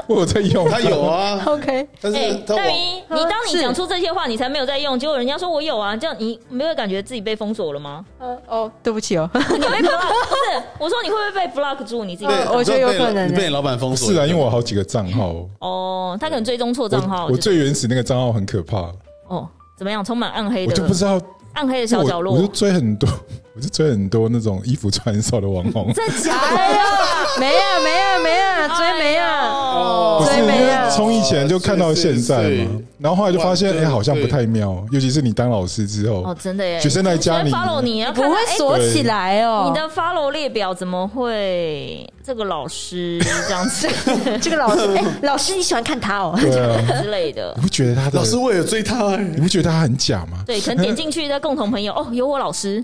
我有在用， 他有啊。 OK， 但是戴咪，你当你讲出这些话，你才没有在用，结果人家说我有啊，这样你没有感觉自己被封锁了吗？ 哦，对不起哦， 你被 block 不是？我说你会不会被 block 住？你自己我觉得有可能你被老板封锁。 是啊，因为我有好几个账号。 哦，他可能追踪错账号。 我最原始那个账号很可怕。 哦，怎么样？充满暗黑的， 我就不知道。 暗黑的小角落， 我就追很多，我就追很多那种衣服穿很少的网红。 真假的？ 没啊没啊没啊，追没啊， 追没啊。从以前就看到现在嘛，然后后来就发现，哎，好像不太妙。尤其是你当老师之后， 哦，真的耶， 学生来加你 ，follow 你， 不会锁起来哦。 你的 follow 列表怎么会这个老师这样子？ 这个老师，哎，老师你喜欢看他哦， 对啊之类的。 你不觉得他的老师为了追他， 你不觉得他很假吗？ 对，可能点进去的共同朋友，哦，有我老师。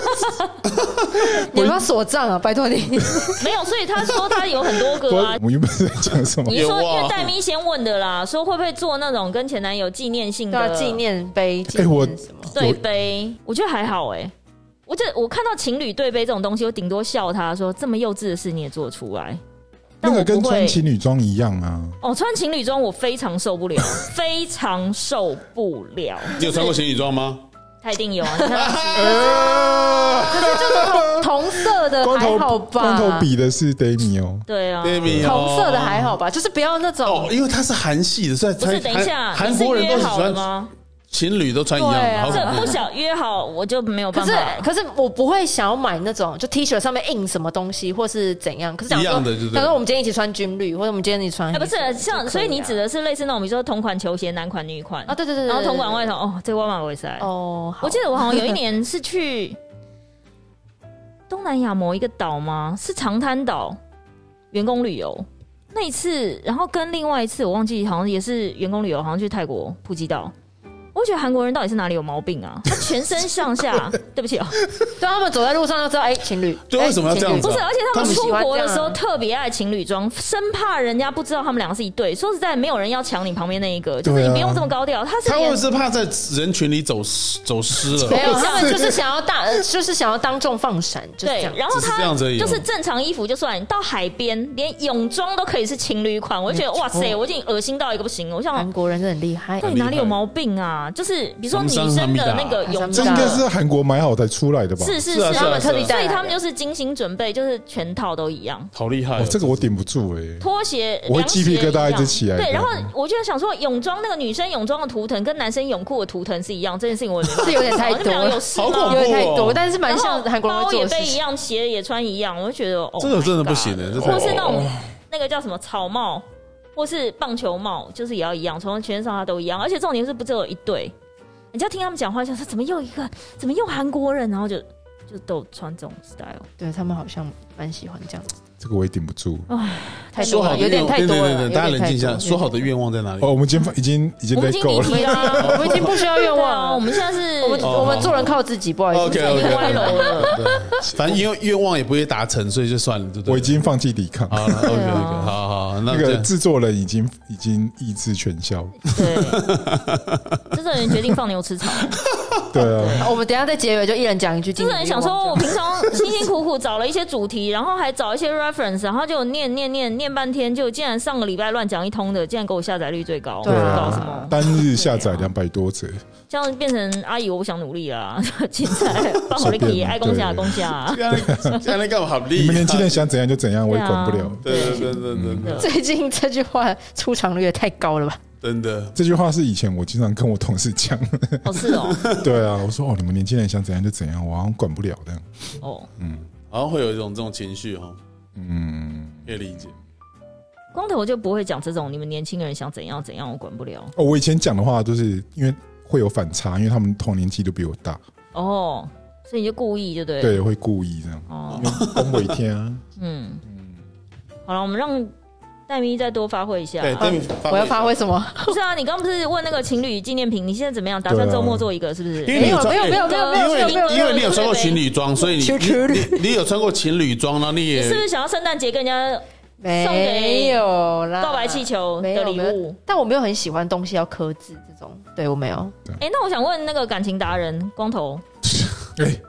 你要不要锁账啊？拜托你。 没有，所以他说他有很多个啊。 我原本是在讲什么？ 你说因为戴咪先问的啦，说会不会做那种跟前男友纪念性的纪念碑？ 哎，我对碑，我觉得还好哎。我这我看到情侣对碑这种东西，我顶多笑他说这么幼稚的事你也做出来。 那个跟穿情侣装一样啊！ 哦，穿情侣装我非常受不了，非常受不了。 你有穿过情侣装吗？ 他一定有啊！你看， 可是就是同色的还好吧？ 光头比的是 Demi 哦， 对啊 ，Demi 同色的还好吧？就是不要那种哦，因为他是韩系的，所以不是等一下， 韩国人都喜欢吗？ 情侣都穿一样的， 这不想约好我就没有办法。 可是可是我不会想要买那种就 T 恤上面印什么东西或是怎样。可是讲说，假如我们今天一起穿军绿，或者我们今天一起穿， 哎，不是像，所以你指的是类似那种，比如说同款球鞋，男款女款啊，对对对， 然后同款外套，哦，这个我买不起来。哦，我记得我好像有一年是去东南亚某一个岛吗？是长滩岛员工旅游那一次，然后跟另外一次我忘记，好像也是员工旅游，好像去泰国普吉岛。我觉得韩国人到底是哪里有毛病啊？他全身上下，对不起啊， 对他们走在路上就知道，哎，情侣。 对，为什么要这样子？ 不是，而且他们出国的时候特别爱情侣装，生怕人家不知道他们两个是一对。说实在，没有人要抢你旁边那一个，就是你不用这么高调。他是他会是怕在人群里走走失了？ 没有，他们就是想要大，就是想要当众放闪，就是这样。 然后他就是正常衣服就算，到海边连泳装都可以是情侣款，我就觉得哇塞，我已经恶心到一个不行了。我想韩国人真的很厉害， 到底哪里有毛病啊？就是比如说女生的那个泳装，这应该是韩国买好才出来的吧？ 是是是，他们特地带，所以他们就是精心准备，就是全套都一样。 好厉害！ 这个我顶不住哎， 拖鞋， 我会鸡皮疙瘩一直起来。 对，然后我就想说，泳装那个女生泳装的图腾跟男生泳裤的图腾是一样，这件事情我是有点太多， 有事吗？ 有点太多，但是蛮像韩国人包也背一样，鞋也穿一样，我就觉得哦， 这个真的不行的， 或是那种那个叫什么草帽，或是棒球帽，就是也要一样，从全身上下都一样，而且重点是不只有一对。你就要听他们讲话，想说怎么又一个，怎么又韩国人，然后就就都穿这种 style， 对他们好像蛮喜欢这样子。 这个我也顶不住， 太多了，有点太多了。 大家冷静一下，说好的愿望在哪里？ 哦，我们今天已经已经累够了， 我们已经不需要愿望， 我们现在是， 我们我们做人靠自己，不好意思， OK OK， 歪楼了。反正因为愿望也不会达成，所以就算了，对不对？ 我已经放弃抵抗。 好了 ，OK OK， 好好， 那个制作人已经已经意志全消。 对，制作人决定放牛吃草。 对啊， 我们等一下在结尾就一人讲一句。 制作人想说，我平常辛辛苦苦找了一些主题，然后还找一些 reference， 然后就念念念念半天，就竟然上个礼拜乱讲一通的，竟然给我下载率最高。 对啊， 搞什么？ 单日下载两百多则， 这样变成阿姨我不想努力啦，现在帮我力体爱攻下攻下。 这样干嘛好厉害？ 你们年轻人想怎样就怎样，我也管不了。 对对对对对。 最近这句话出场率也太高了吧？ 真的， 这句话是以前我经常跟我同事讲。 哦，是哦。 对啊，我说哦，你们年轻人想怎样就怎样，我好像管不了这样。 哦， 嗯，好像会有一种这种情绪哈。嗯，可以理解。 光头就不会讲这种你们年轻人想怎样怎样，我管不了。 哦，我以前讲的话都是因为会有反差，因为他们同年纪都比我大。 哦，所以你就故意就对了。 对，会故意这样。哦，恭维天啊。 嗯嗯，好了，我们让戴咪再多发挥一下。 对，戴咪， 我要发挥什么？ 不是啊，你刚刚不是问那个情侣纪念品？你现在怎么样？打算周末做一个是不是？ 没有没有没有没有没有没有没有， 因为你有穿过情侣装，所以你你你有穿过情侣装，然后你也是不是想要圣诞节跟人家没有啦告白气球的礼物？ 但我没有很喜欢东西要刻字这种，对我没有。 哎，那我想问那个感情达人光头，哎，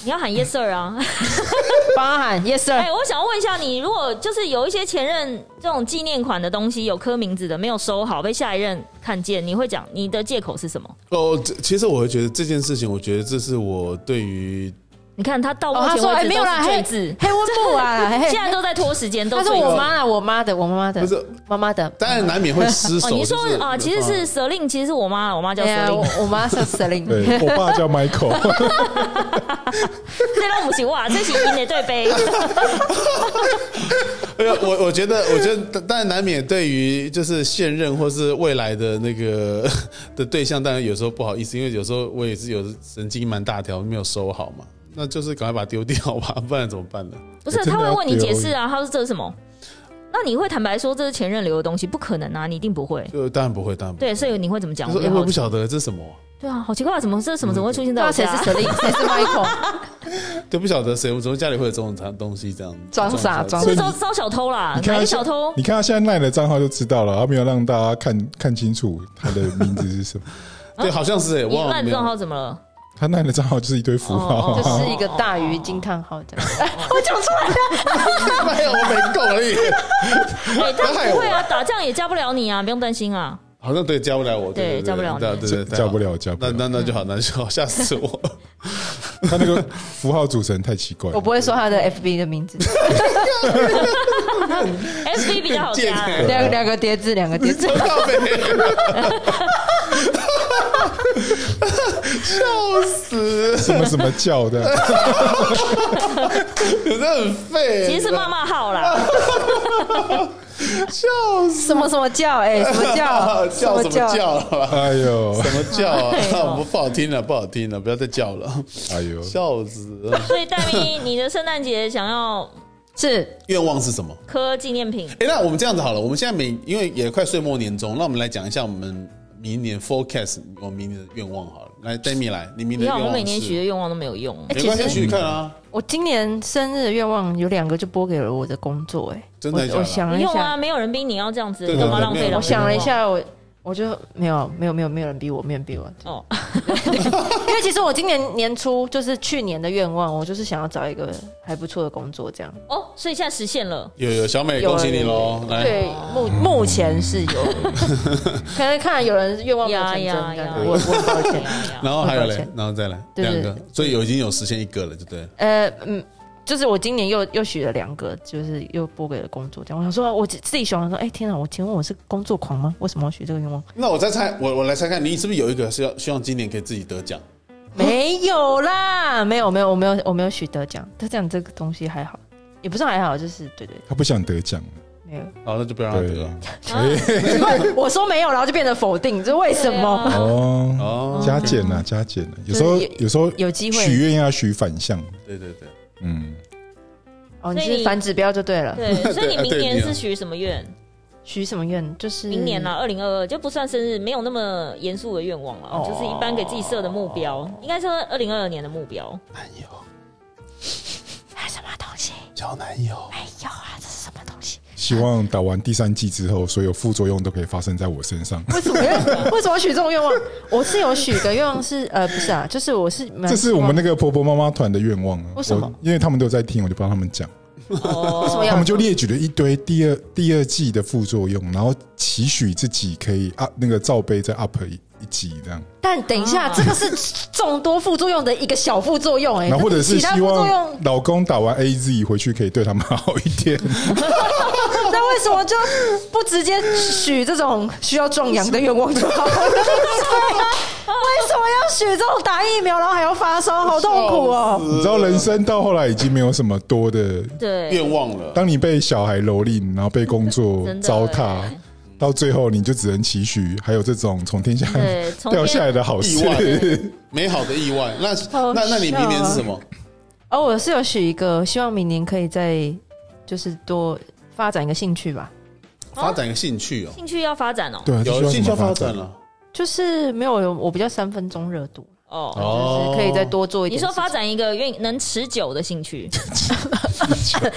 你要喊 yes sir 啊， 帮他喊 yes sir。 哎、欸，我想问一下你，如果就是有一些前任这种纪念款的东西有刻名字的没有收好，被下一任看见，你会讲你的借口是什么？ 哦，其实我会觉得这件事情，我觉得这是我对于。 你看他到目前为止都是罪字， 黑温布啊， 现在都在拖时间，都他说我妈啊，我妈的，我妈妈的， 不是妈妈的， 当然难免会失手。 哦、你说就是、 啊，其实是舍令，其实是我妈，我妈叫舍令， 我, 我妈是舍令， 对我爸叫 Michael。 这都不行哇，这是赢的对杯。 我我觉得，我觉得当然难免对于就是现任或是未来的那个的对象，当然有时候不好意思，因为有时候我也是有神经蛮大条，没有收好嘛。那就是赶快把它丢掉吧，不然怎么办呢？ 不是，他会问你解释啊，他说这是什么？那你会坦白说这是前任留的东西？不可能啊，你一定不会。 就当然不会，当然不会。 对，所以你会怎么讲？ 我说、欸、我不晓得这是什么。 对啊，好奇怪，怎么这是什么？怎么会出现在我家？ 谁是舍令？谁是 Michael？ 对，不晓得谁，怎么家里会有这种东西这样装傻装是招招小偷啦？哪个小偷？ 你看他现在赖的账号就知道了，他没有让大家看看清楚他的名字是什么。 对，好像是哎、欸， 你赖的账号怎么了？ 他那的账号就是一堆符号， 就是一个大于惊叹号这样。我讲出来了， 没有，我没够而已。 哎，但不会啊，打仗也加不了你啊，不用担心啊。 好像对，加不了我， 对，加不了你， 对对对， 加不了，加不了。 那那那就好，那就好，吓死我。 他那个符号组成太奇怪了。 我不会说他的 F B 的名字。 F B 比较好加， 两两个叠字，两个叠字。 笑死！ 什么什么叫的？ 真的很废。 其实是骂骂号啦。 笑死！ 什么什么叫？哎、欸，什么叫？ 叫什么叫？ 哎呦， 什么叫啊？不不好听了，不好听了，不要再叫了。 哎呦， 笑死！ 所以戴咪，你的圣诞节想要是愿望是什么？ 刻纪念品。 哎、欸，那我们这样子好了，我们现在每因为也快岁末年终，那我们来讲一下我们明年 forecast 我明年的愿望好了。来 ，Demi 来，你明年的愿望是？ 我每年许的愿望都没有用， 没关系，许看啊。 我今年生日的愿望有两个，就拨给了我的工作、欸。哎， 真的假的？ 我想了一下， 用啊，没有人逼你要这样子，干嘛浪费了？ 我想了一下，我我就没有没有没有没有人逼我，没有人逼我。哦，因为其实我今年年初就是去年的愿望，我就是想要找一个还不错的工作，这样。 哦，所以现在实现了。 有有，小美，恭喜你喽！来， 对，目目前是有，可能看有人愿望没有成真，但我我很抱歉。 然后还有嘞，然后再来两个，所以有已经有实现一个了，就对。 呃嗯。就是我今年又又许了两个，就是又拨给了工作这样。我想说，我自己想说，哎、欸，天哪！我请问我是工作狂吗？为什么要许这个愿望？ 那我再猜，我我来猜看，你是不是有一个是要希望今年可以自己得奖？ 没有啦，没有没有，我没有我没有许得奖。得奖这个东西还好，也不是还好，就是对对。 他不想得奖， 没有。 好，那就不要让他得了。 啊、我说没有，然后就变得否定，这为什么？ 哦哦，加减啊，加减啊，有时候有时候有机会许愿要许反向。 对对对， 嗯。 哦，你是反指标就对了。 对，所以你明年是许什么愿？ 许什么愿？就是明年啊，二零二二就不算生日，没有那么严肃的愿望了，哦、就是一般给自己设的目标，应该是二零二二年的目标。 男友？ 还什么东西？ 交男友？ 没有啊，这是什么东西？ 希望打完第三季之后，所有副作用都可以发生在我身上。 为什么？为什么许这种愿望？我是有许个愿望是呃，不是啊，就是我是这是我们那个婆婆妈妈团的愿望啊。 为什么？ 因为他们都在听，我就帮他们讲。 哦， 他们就列举了一堆第二第二季的副作用，然后期许自己可以 up 那个罩杯再 up 一一级这样。 但等一下，啊、这个是众多副作用的一个小副作用哎、欸， 然后或者是希望老公打完 A Z 回去可以对他们好一点。 那为什么就不直接许这种需要壮阳的愿望就好了？为什么要许这种打疫苗然后还要发烧，好痛苦哦！ 你知道人生到后来已经没有什么多的愿望了。 当你被小孩蹂躏，然后被工作糟蹋，到最后你就只能期许还有这种从天下掉下来的好事， 美好的意外。那那那你明年是什么？ 哦，我是有许一个，希望明年可以再就是多发展一个兴趣吧。 发展一个兴趣哦， 兴趣要发展哦， 对， 有兴趣要发展了。 就是没有，我比较三分钟热度哦，就是可以再多做一点。 你说发展一个愿能持久的兴趣，不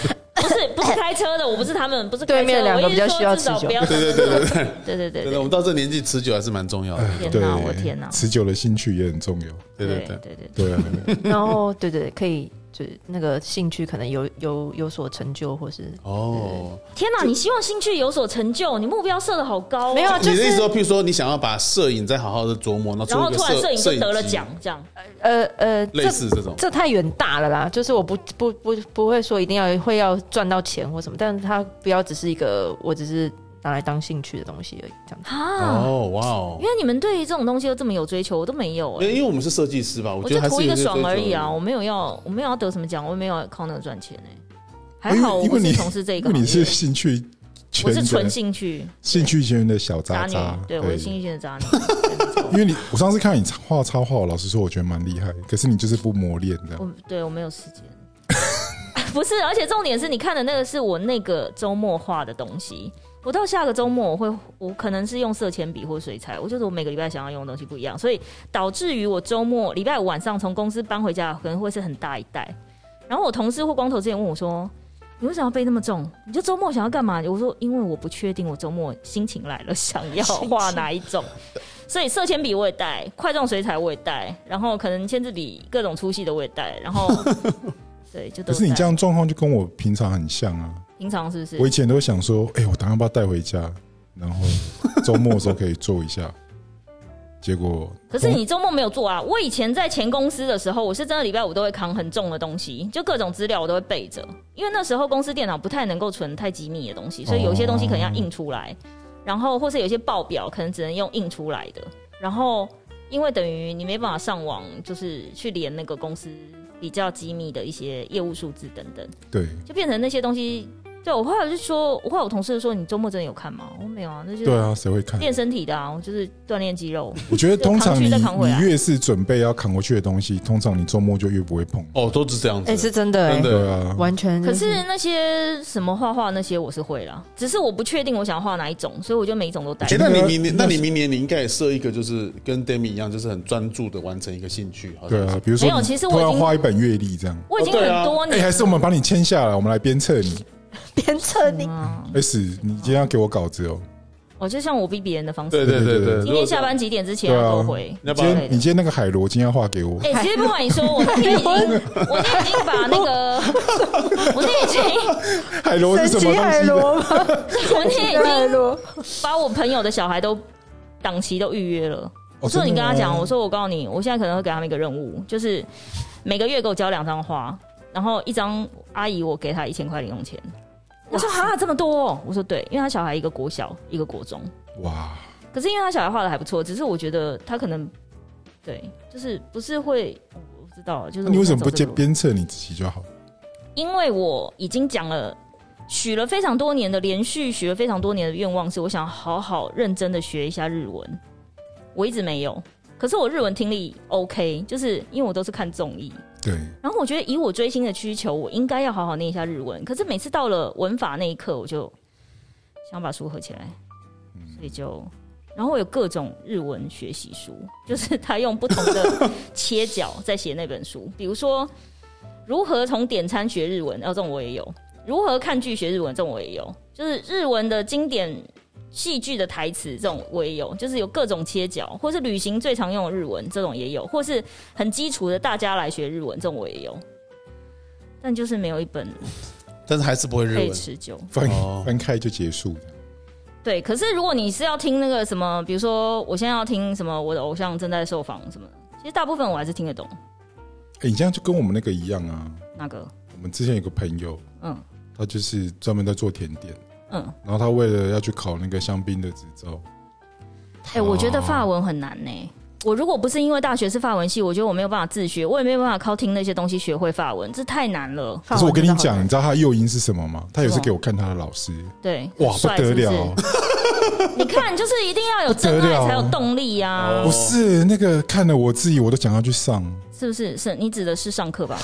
不是不是开车的，我不是他们，不是开车对面两个比较需要持久。 对对对对对对对对， 我们到这年纪持久还是蛮重要的。 天哪，我天哪， 持久的兴趣也很重要。 对对对对对对啊。 然后对对，可以。就是那个兴趣可能有有有所成就，或是哦， 天哪！你希望兴趣有所成就，你目标设的好高、哦。 没有，就是你的意思说，譬如说你想要把摄影再好好的琢磨， 然后突然摄影就得了奖，这样。 呃呃， 类似这种， 这太远大了啦。就是我不不不不会说一定要会要赚到钱或什么，但是它不要只是一个我只是拿来当兴趣的东西而已，这样子。 啊， 哦，哇哦！ 因为你们对于这种东西都这么有追求，我都没有、欸。 因为我们是设计师吧，我觉得还是我就图一个爽而已啊，我没有要，我没有要得什么奖，我也没有要靠那个赚钱哎、欸。还好我不是从事这一个行业， 因为你是兴趣圈， 我是纯兴趣， 兴趣圈的小渣渣，对，我是兴趣圈的渣女。 因为你，我上次看你画插画，老实说，我觉得蛮厉害，可是你就是不磨练的。 我对我没有时间。不是，而且重点是你看的那个是我那个周末画的东西。我到下个周末我会，我可能是用色铅笔或水彩，我就是我每个礼拜想要用的东西不一样，所以导致于我周末礼拜五晚上从公司搬回家可能会是很大一袋。然后我同事或光头之前问我说：“你为什么要背那么重？你就周末想要干嘛？”我说：“因为我不确定我周末心情来了想要画哪一种。”所以色铅笔我也带，块状水彩我也带，然后可能签字笔各种粗细的我也带，然后对，就都带。 可是你这样状况就跟我平常很像啊。 平常是不是？ 我以前都想说，哎、欸，我等下要不要带回家，然后周末的时候可以做一下。结果， 可是你周末没有做啊！我以前在前公司的时候，我是真的礼拜五都会扛很重的东西，就各种资料我都会备着，因为那时候公司电脑不太能够存太机密的东西，所以有些东西可能要印出来，哦、然后或是有些报表可能只能用印出来的，然后因为等于你没办法上网，就是去连那个公司比较机密的一些业务数字等等， 对， 就变成那些东西。对，我后来就说，我后来我同事说，你周末真的有看吗？我没有啊，那就是对啊，谁会看？ 练身体的啊，我就是锻炼肌肉。 我觉得通常你你越是准备要扛回去的东西，通常你周末就越不会碰。 哦，都是这样子， 哎、欸，是真的、欸， 真的啊， 完全、就是。 可是那些什么画画那些我是会啦，只是我不确定我想画哪一种，所以我就每一种都带。 欸、那你明年，那你明年你应该也设一个，就是跟 Demi 一样，就是很专注的完成一个兴趣。 对啊，比如说， 没有，其实我已经画一本阅历这样。 我已经很多年。 哎、欸，还是我们帮你签下来，我们来鞭策你。 鞭策你 ，S， 你今天要给我稿子哦。 哦，就像我逼别人的方式。 对对对对， 今天下班几点之前要给我回。 你今天你今天那个海螺今天要画给我。 哎、欸，其实不管你说，我那天已经，我那天已经把那个，我那天已经海螺是什么东西？ 海螺吗？ 我那天已经把我朋友的小孩都档期都预约了。我说你跟他讲，我说我告诉你，我现在可能会给他们一个任务，就是每个月给我交两张画。然后一张阿姨，我给她一千块零用钱。我说哈这么多、哦，我说对，因为他小孩一个国小，一个国中。哇！可是因为他小孩画的还不错，只是我觉得他可能对，就是不是会，我不知道，就是你为什么不鞭策你自己就好？ 因为我已经讲了，许了非常多年的连续许了非常多年的愿望是，我想好好认真的学一下日文。我一直没有，可是我日文听力 OK， 就是因为我都是看综艺。 对， 然后我觉得以我追星的需求，我应该要好好念一下日文。可是每次到了文法那一刻，我就想把书合起来，所以就，然后我有各种日文学习书，就是他用不同的切角在写那本书。比如说如何从点餐学日文，哦，这种我也有；如何看剧学日文，这种我也有；就是日文的经典戏剧的台词，这种我也有，就是有各种切角，或是旅行最常用的日文，这种也有，或是很基础的大家来学日文，这种我也有，但就是没有一本， 但是还是不会日文可以持久， 翻翻开就结束。 对，可是如果你是要听那个什么，比如说我现在要听什么，我的偶像正在受访什么的，其实大部分我还是听得懂。 哎、欸，你这样就跟我们那个一样啊。 哪个？ 我们之前有个朋友，嗯，他就是专门在做甜点。嗯，然后他为了要去考那个香槟的执照， 哎、欸，我觉得法文很难呢、欸。我如果不是因为大学是法文系，我觉得我没有办法自学，我也没有办法靠听那些东西学会法文，这太难了。 可是我跟你讲，你知道他诱因是什么吗？他有次给我看他的老师， 对， 哇，不得了！ 是是你看，就是一定要有真爱才有动力啊！ 不是那个看了我自己，我都想要去上， 是不是？是你指的是上课吧？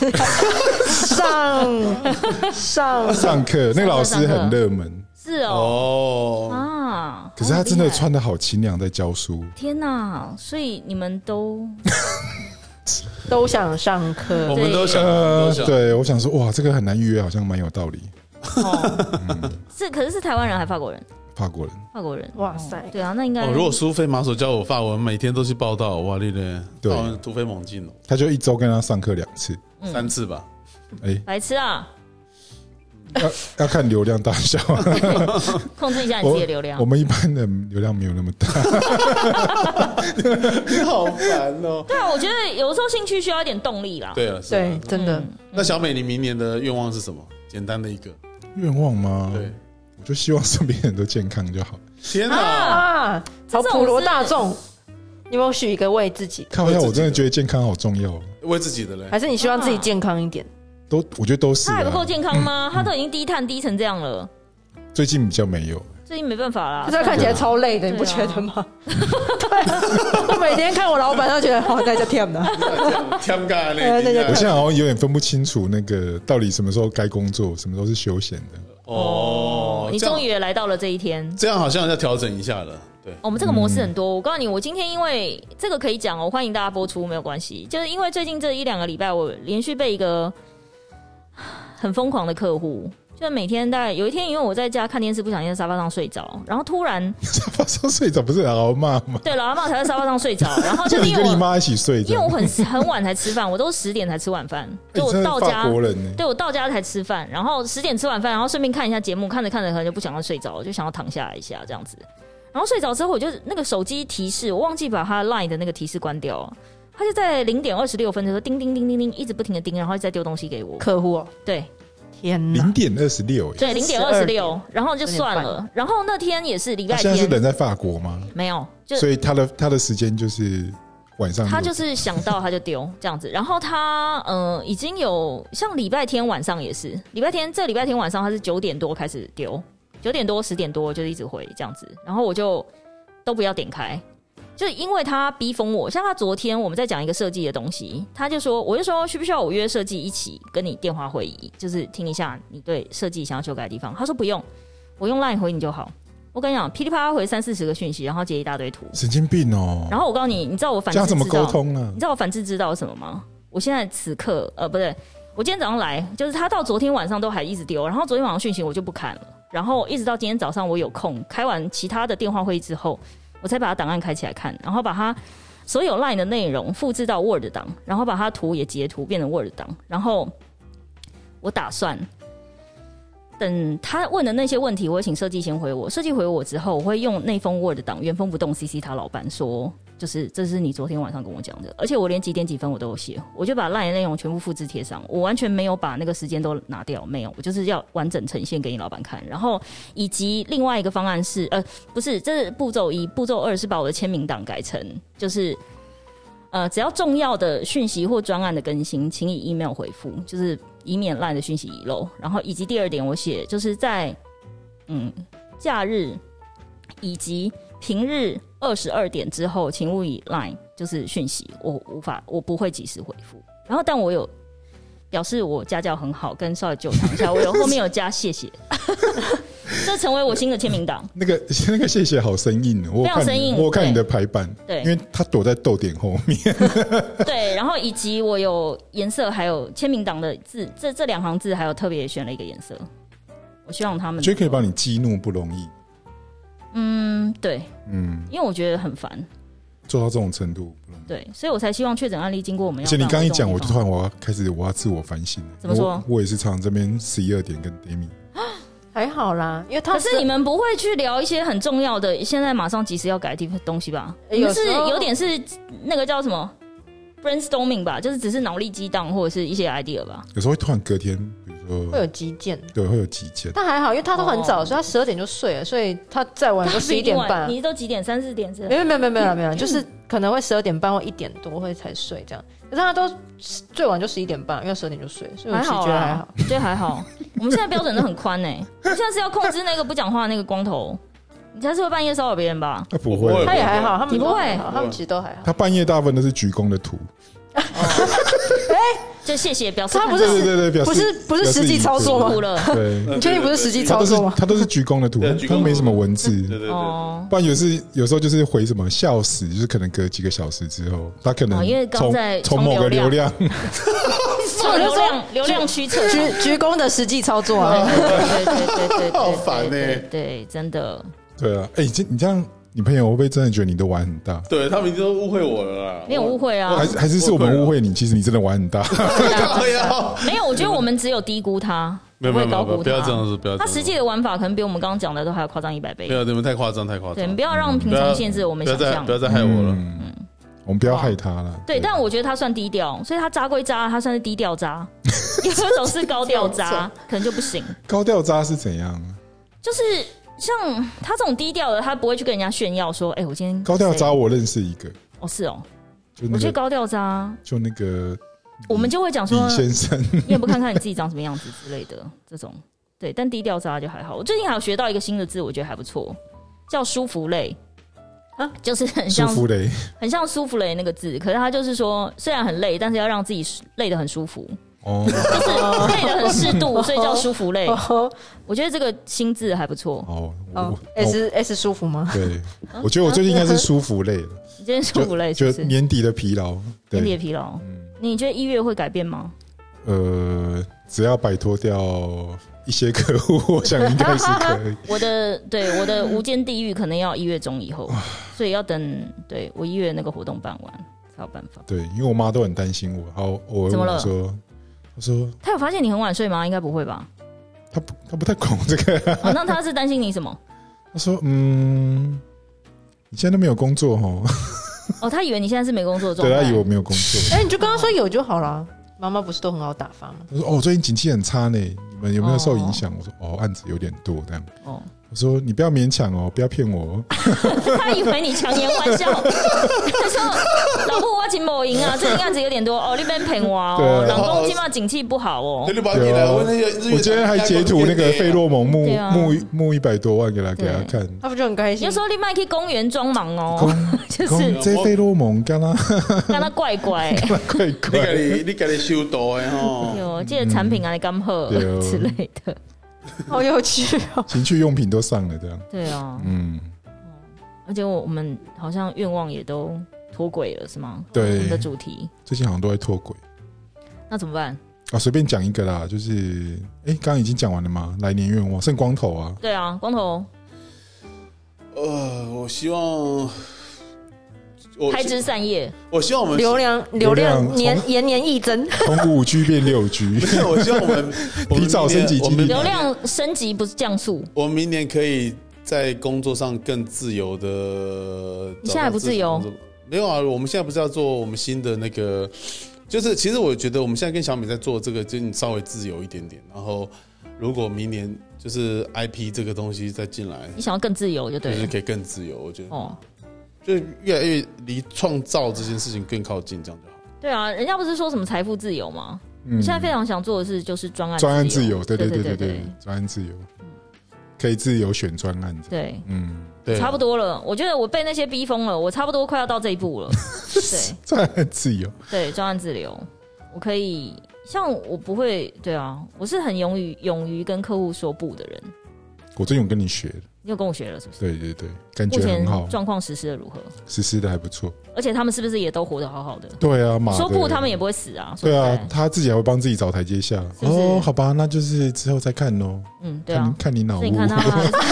上上上课，那个老师很热门。 是哦，哦啊！ 可是他真的穿得好清凉，在教书。 天哪！所以你们都都想上课， 我们都想。呃、 对，我想说，哇，这个很难预约，好像蛮有道理。 哦，是可是是台湾人还是法国人？ 法国人， 法国人， 哇塞， 哦、对啊，那应该、 哦。如果苏菲玛索教我法文，每天都去报道，哇，你呢？ 对， 突飞猛进哦。 他就一周跟他上课两次、 嗯， 三次吧。 哎、欸， 白痴啊！ 要要看流量大小， 控制一下你自己的流量。 我, 我们一般的流量没有那么大， 你好烦哦。 对啊，我觉得有时候兴趣需要一点动力啦。 对啊， 对，真的、嗯。 那小美，你明年的愿望是什么？简单的一个愿望吗？ 对。 我就希望身边人都健康就好。 天哪，啊、 好普罗大众，你有没有许一个为自己？ 看一下，我真的觉得健康好重要。 为自己的嘞？ 还是你希望自己健康一点？ 都，我觉得都是、啊。 他还不够健康吗？嗯、他都已经低碳低成这样了。 最近比较没有。 最近没办法啦。 可是他看起来超累的，你不觉得吗？对、啊，我每天看我老板，都觉得哦，那就甜了， 甜干嘞。 我现在好像有点分不清楚那个到底什么时候该工作，什么时候是休闲的。 哦，你终于也来到了这一天， 这样好像要调整一下了。对， 我们这个模式很多。嗯、我告诉你，我今天因为这个可以讲哦，欢迎大家播出，没有关系。就是因为最近这一两个礼拜，我连续被一个很疯狂的客户，就每天大概有一天，因为我在家看电视，不小心在沙发上睡着，然后突然沙发上睡着，不是老阿嬷吗？ 对，老阿嬷才在沙发上睡着，然后就你跟你妈一起睡， 因为我很很晚才吃饭，我都十点才吃晚饭，就我到家， 欸、 对我到家才吃饭，然后十点吃晚饭，然后顺便看一下节目，看着看着可能就不想要睡着，就想要躺下来一下这样子。然后睡着之后，我就那个手机提示，我忘记把它 LINE 的那个提示关掉了，他就在零点二十六分的时候叮叮叮叮叮一直不停的叮，然后一直在丢东西给我。 客户哦， 对， 天哪， 零点二十六， 对，零点二十六，然后就算了。然后那天也是礼拜天， 他现在是人在法国吗？ 没有，就所以他的他的时间就是晚上， 他就是想到他就丢这样子。然后他呃已经有像礼拜天晚上也是，礼拜天这礼拜天晚上他是九点多开始丢。九点多十点多就一直回这样子，然后我就都不要点开，就因为他逼疯我。像他昨天我们在讲一个设计的东西，他就说，我就说需不需要我约设计一起跟你电话会议，就是听一下你对设计想要修改的地方。他说不用，我用 LINE 回你就好。我跟你讲，噼里啪啦回三四十个讯息，然后截一大堆图， 神经病哦。 然后我告诉你，你知道我反制这样怎么沟通呢？ 你知道我反制知道什么吗？我现在此刻呃不对，我今天早上来，就是他到昨天晚上都还一直丢，然后昨天晚上讯息我就不看了。然后一直到今天早上我有空开完其他的电话会议之后，我才把它档案开起来看，然后把它所有 LINE 的内容复制到 Word 档，然后把它图也截图变成 Word 档，然后我打算等他问的那些问题，我会请设计先回我，设计回我之后，我会用那封 Word 档原封不动 C C 他老板说，就是这是你昨天晚上跟我讲的，而且我连几点几分我都有写，我就把 LINE 的内容全部复制贴上，我完全没有把那个时间都拿掉，没有，我就是要完整呈现给你老板看。然后以及另外一个方案是，呃，不是，这是步骤一，步骤二是把我的签名档改成，就是呃，只要重要的讯息或专案的更新，请以 email 回复，就是以免 LINE 的讯息遗漏。然后以及第二点，我写就是在嗯假日以及平日二十二点之后，请勿以 LINE 就是讯息，我无法，我不会及时回复。然后，但我有表示我家教很好，跟稍微纠缠一下，我有后面有加谢谢，这成为我新的签名档。 那个那个谢谢好生硬，我非常生硬。 我看你的排版， 对， 因为它躲在逗点后面。 对，然后以及我有颜色，还有签名档的字，这这两行字还有特别选了一个颜色。我希望他们我觉得可以帮你激怒不容易。 嗯，对，嗯，因为我觉得很烦， 做到这种程度不容易。 对，所以我才希望确诊案例经过我们要。 而且你刚一讲，我就突然我要开始我要自我反省了。 怎么说？ 我, 我也是常常这边十一二点跟 Demi。 还好啦，因为他可是你们不会去聊一些很重要的，现在马上及时要改的东西吧？你们是有点是那个叫什么 brainstorming 吧，就是只是脑力激荡或者是一些 idea 吧。 有时候会突然隔天，比如说会有急件， 对，会有急件。 但还好，因为他都很早，哦、所以他十二点就睡了，所以他再晚都十一点半。 你都几点？三四点是？ 没有没有没有没有没有，就是可能会十二点半或一点多会才睡这样。可是他都最晚就十一点半，因为十二点就睡，所以我其实觉得还好， 我觉得还好。我们现在标准都很宽哎、欸，我现在是要控制那个不讲话那个光头。你才是会半夜骚扰别人吧？ 他不会， 他也还好，他们你不会， 他们其实都还好。 他半夜大部分都是鞠躬的图。 哎、欸，就谢谢表示他不是对对对，表示不是不是实际操作吗？ 对， 你确定不是实际操作吗？ 他都是鞠躬的图，他没什么文字。 对对对， 不然有时有时候就是回什么笑死，就是可能隔几个小时之后，他可能因为刚在从某个流量测流量流量驱测鞠鞠躬的实际操作啊， 对对对对对对， 好烦哎， 对，真的。 对啊，哎，你这样。你朋友会不会真的觉得你的玩很大？ 对他们已经都误会我了啦。 没有误会啊， 还是还是是我们误会你？其实你真的玩很大。 没有，我觉得我们只有低估他， 没有没有高估他。不要这样子，不要。 他实际的玩法可能比我们刚刚讲的都还要夸张一百倍。 没有，你们太夸张，太夸张。 对，你不要让平常限制我们想象。 不要再害我了。 嗯，我们不要害他了。 对，但我觉得他算低调，所以他渣归渣，他算是低调渣。有一种是高调渣，可能就不行。 高调渣是怎样？ 就是。像他这种低调的，他不会去跟人家炫耀说：“哎、欸，我今天高调渣，我认识一个。” 哦，是哦， 就、那個、 我觉得高调渣， 就那个， 我们就会讲说：“ 李先生， 你也不看看你自己长什么样子之类的这种。”对，但低调渣就还好。我最近还有学到一个新的字，我觉得还不错，叫舒服类啊，就是很像舒服类， 很像舒服类那个字，可是他就是说，虽然很累，但是要让自己累得很舒服。哦，就是累得很适度，所以叫舒服类。我觉得这个新字还不错。 哦哦 ，S S 舒服吗？ 对，我觉得我最近应该是舒服类了。 你今天舒服类是不是？ 就年底的疲劳， 年底的疲劳。嗯，你觉得一月会改变吗？ 呃，只要摆脱掉一些客户，我想应该是可以。 我的对我的无间地狱可能要一月中以后，所以要等对我一月那个活动办完才有办法。 对，因为我妈都很担心我，然后我怎么了？说。他说：“ 他有发现你很晚睡吗？应该不会吧？ 他不，他不太懂这个、啊。 哦，那他是担心你什么？ 他说：嗯，你现在都没有工作哦。 哦，他以为你现在是没工作的状态。 对，他以为我没有工作。 哎、欸，你就跟他说有就好了。妈妈不是都很好打发吗？ 他说：哦，最近景气很差呢，你们有没有受影响？哦、我说：哦，案子有点多这样。哦。”我说你不要勉强哦，不要骗我。 他以为你强颜欢笑，他说：“老婆，我请某赢啊，这案子有点多哦，你别骗我哦。老公今嘛景气不好哦。” 对啊，我今天还截图那个费洛蒙募募募一百多万给他给他看， 他不就很开心？ 有时候你卖去公园装忙哦，就是这费洛蒙跟他跟他怪怪， 怪怪， 你你给你修多的哦， 有这个产品啊，你干喝之类的。 好有趣哦！ 情趣用品都上了，这样对啊，嗯，而且我们好像愿望也都脱轨了，是吗？ 对， 我们的主题最近好像都在脱轨， 那怎么办？ 啊，随便讲一个啦，就是哎，刚刚已经讲完了吗？来年愿望剩光头啊， 对啊，光头。 呃，我希望开枝散叶。 我希望我们流量流量年延年益增， 从五 G 变六 G。 没有，我希望我们提早升级， 我们流量升级不是降速。 我们明年可以在工作上更自由的。 你现在还不自由？ 没有啊，我们现在不是要做我们新的那个，就是其实我觉得我们现在跟小米在做这个，就你稍微自由一点点。然后如果明年就是 I P 这个东西再进来， 你想要更自由就对了， 就是可以更自由。我觉得哦。就越来越离创造这件事情更靠近，这样就好。 对啊，人家不是说什么财富自由吗？嗯，你现在非常想做的事就是专案专案自由，对对对对对，专案自由，可以自由选专案。 对，嗯，对，差不多了。我觉得我被那些逼疯了，我差不多快要到这一步了。对， 专案自由， 对，专案自由，我可以像我不会，对啊，我是很勇于勇于跟客户说不的人。 我真有跟你学的。 你有跟我学了是不是？ 对对对，感觉很好。 状况实施的如何？ 实施的还不错。 而且他们是不是也都活得好好的？ 对啊， 说不他们也不会死啊。 对啊，他自己还会帮自己找台阶下。是是哦，好吧，那就是之后再看咯。 嗯，对啊， 看你脑雾。 你看他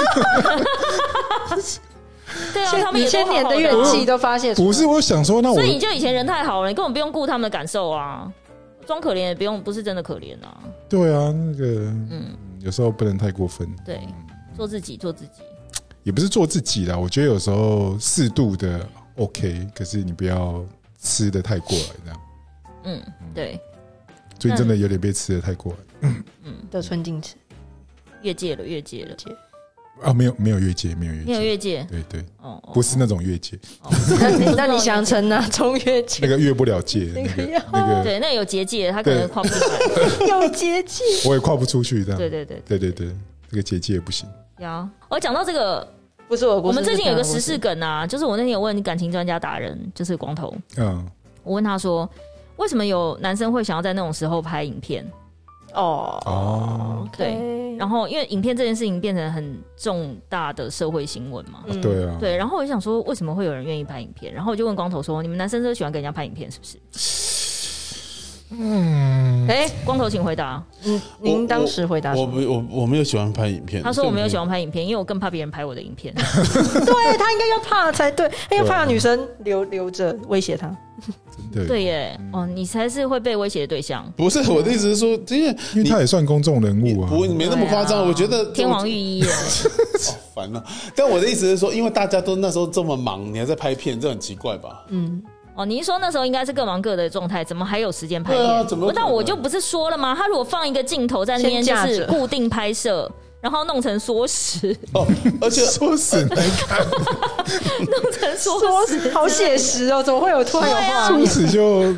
对啊，他们一千年的怨气都发泄出来。 不是，我想说，那我所以你就以前人太好了，你根本不用顾他们的感受啊，装可怜也不用，不是真的可怜啊。 对啊，那个，嗯，有时候不能太过分。 对。做自己，做自己， 也不是做自己啦。我觉得有时候适度的 OK， 可是你不要吃的太过来，这样。 嗯，对。 所以真的有点被吃的太过来。嗯嗯，得寸进尺， 越界了，越界了。 啊，没有没有越界，没有越界， 没有越界。 对对，哦，不是那种越界。 那你想成哪种越界？ 那个越不了界，那个那个， 对，那有结界，他可能跨不出来。 有结界， 我也跨不出去，这样。 对对对对对对，这个结界不行。 有，我讲到这个， 不是我， 我们最近有个时事梗啊，就是我那天有问感情专家达人，就是光头，嗯，我问他说，为什么有男生会想要在那种时候拍影片？哦哦，对，然后因为影片这件事情变成很重大的社会新闻嘛， 嗯、对啊， 对，然后我就想说，为什么会有人愿意拍影片？然后我就问光头说，你们男生都喜欢跟人家拍影片是不是？ 嗯，哎、欸，光头请回答。 嗯，您当时回答我我我我没有喜欢拍影片。 他说我没有喜欢拍影片，因为我更怕别人拍我的影片。 对他应该要怕才对，因为怕女生留留着威胁他。 对对耶，哦，你才是会被威胁的对象。 不是我的意思是说，因为因为他也算公众人物啊， 不，你没那么夸张。我觉得天王御医耶， 好烦啊！但我的意思是说，因为大家都那时候这么忙，你还在拍片，这很奇怪吧？ 嗯。哦，你说那时候应该是各忙各的状态，怎么还有时间拍片？ 对啊，怎么？ 但我就不是说了吗？他如果放一个镜头在那边，就是固定拍摄，然后弄成缩时。 哦，而且缩时来看， 弄成缩时， 好写实哦！怎么会有突然有画面？ 缩时就。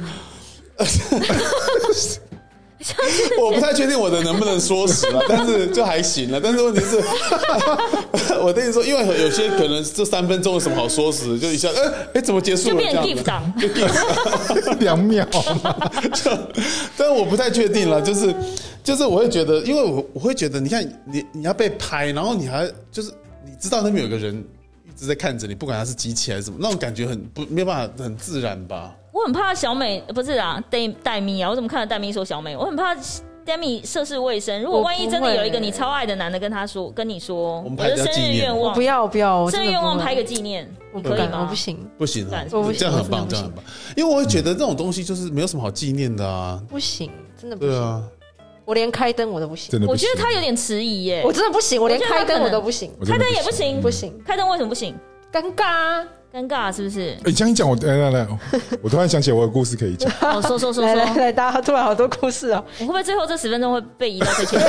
我不太确定我的能不能缩时了，但是就还行了。但是问题是，我跟你说，因为有些可能这三分钟有什么好缩时，就一下，哎、欸、哎、欸，怎么结束了？ 就变 GIF 档， 就 GIF 两秒嘛。 但是我不太确定了，就是就是我会觉得，因为我我会觉得，你看你你要被拍，然后你还就是你知道那边有个人一直在看着你，不管他是机器还是什么，那种感觉很不没有办法很自然吧。 我很怕小美，不是啊，戴咪啊，我怎么看到戴咪说小美？我很怕戴咪涉世未深。如果万一真的有一个你超爱的男的跟他说，跟你说，我的生日愿望， 不要不要， 生日愿望拍个纪念，你可以吗？ 我不行， 不行， 我不行， 这样很棒，这样很棒。因为我会觉得这种东西就是没有什么好纪念的啊， 不行，真的不行。 对啊， 我连开灯我都不行， 真的不行。 我觉得他有点迟疑耶， 我真的不行，我连开灯我都不行， 开灯也不行， 不行， 开灯为什么不行？ 尴尬啊。 尴尬是不是？ 哎、欸，这样一讲，我来来来，我突然想起来我有故事可以讲。 哦，说说说说， 来来来，大家突然好多故事哦。 我会不会最后这十分钟会被移到最前面？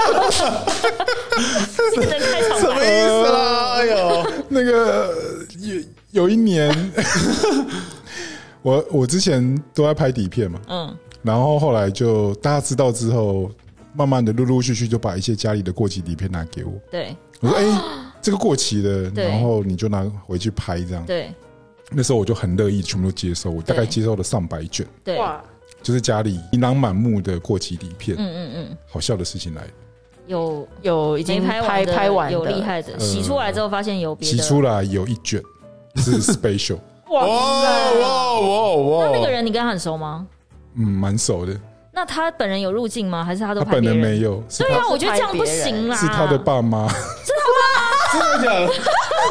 你能开场白？ 什么意思啦？哎呦， 那个有有一年，我我之前都在拍底片嘛，嗯，然后后来就大家知道之后，慢慢的陆陆续续就把一些家里的过期底片拿给我。 对， 我说哎。欸这个过期的，然后你就拿回去拍这样。 对， 那时候我就很乐意全部都接收，我大概接收了上百卷。 对， 就是家里琳琅满目的过期底片。嗯嗯嗯。好笑的事情来了， 有有已经拍拍完有厉害的，呃、洗出来之后发现有别的。 洗出来有一卷是 special。 哇哇哇哇哇！ 那那个人你跟他很熟吗？ 嗯，蛮熟的。 那他本人有入境吗？还是他都他本人没有？ 对啊，我觉得这样不行啦。 是他的爸妈。 是他妈？ 真的假的？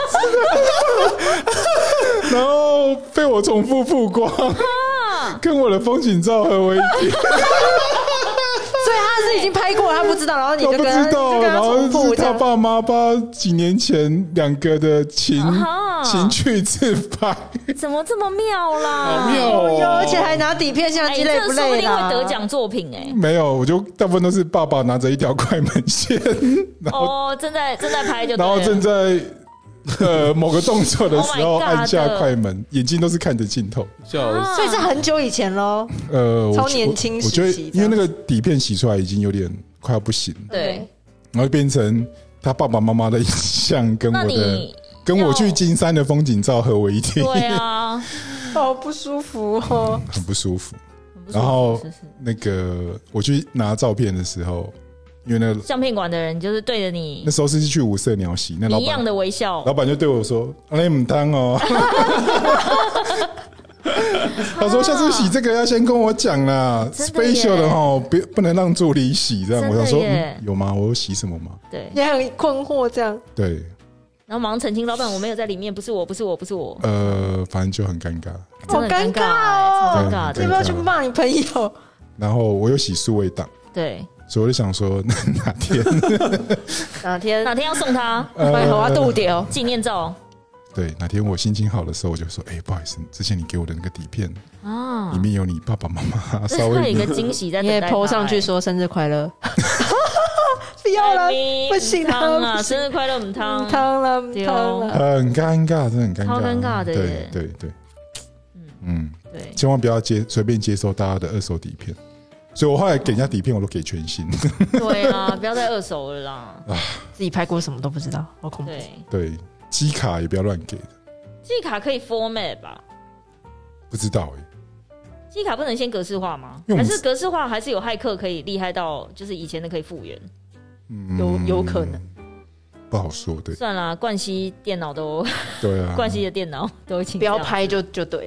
然后被我重复曝光，跟我的风景照合为一体。 所以他是已经拍过，他不知道，然后你就跟他不知道，然后是他爸妈把几年前两个的情情趣自拍， 怎么这么妙啦？ 好妙哦！ 而且还拿底片相机，累不累啦？ 说不定会得奖作品哎。 没有，我就大部分都是爸爸拿着一条快门线， 哦，正在正在拍就， 然后正在呃某个动作的时候按下快门，眼睛都是看着镜头， 所以是很久以前咯。 呃， 超年轻时期， 我觉得因为那个底片洗出来已经有点快要不行， 对， 然后变成他爸爸妈妈的影像跟我的跟我去金山的风景照合为一体， 对啊， 好不舒服哦， 很不舒服。然后那个我去拿照片的时候。因为那个相片馆的人就是对着你， 那时候是去五色鸟洗，那老板一样的微笑， 老板就对我说：“阿雷姆汤哦。”他说：“下次洗这个要先跟我讲啦 ，special 的哈，不不能让助理洗这样。”我想说、嗯：“有吗？我有洗什么吗？” 对， 你很困惑这样。 对， 然后马上澄清，老板我没有在里面，不是我，不是我，不是我。 呃，反正就很尴尬， 好尴尬哦， 超尴尬的。 要不要去骂你朋友？ 然后我有洗数位档， 对。 所以我就想说，哪天哪天哪天要送他， 买盒啊，度掉纪念照。 对，哪天我心情好的时候，我就说，哎、欸，不好意思，之前你给我的那个底片啊，里面有你爸爸妈妈，稍微有一个惊喜在等待他、欸。 你也 po 上去说生日快乐，不要了，不行啊，生日快乐母汤， 母汤了，母汤了， 很尴尬，真的很尴尬， 超尴尬的耶， 对对对，嗯嗯，对， 对， 千万不要接随便接收大家的二手底片。所以我后来给人家底片，我都给全新。 对啦，不要再二手了啦。 自己拍过什么都不知道，好恐怖。 对对，机卡也不要乱给的。 机卡可以 format 吧？ 不知道哎、 欸。机卡不能先格式化吗？还是格式化还是有骇客可以厉害到就是以前的可以复原？ 嗯，有有可能。 不好说，对。 算啦，冠希电脑都对啊， 冠希的电脑都已经不要拍就就对了。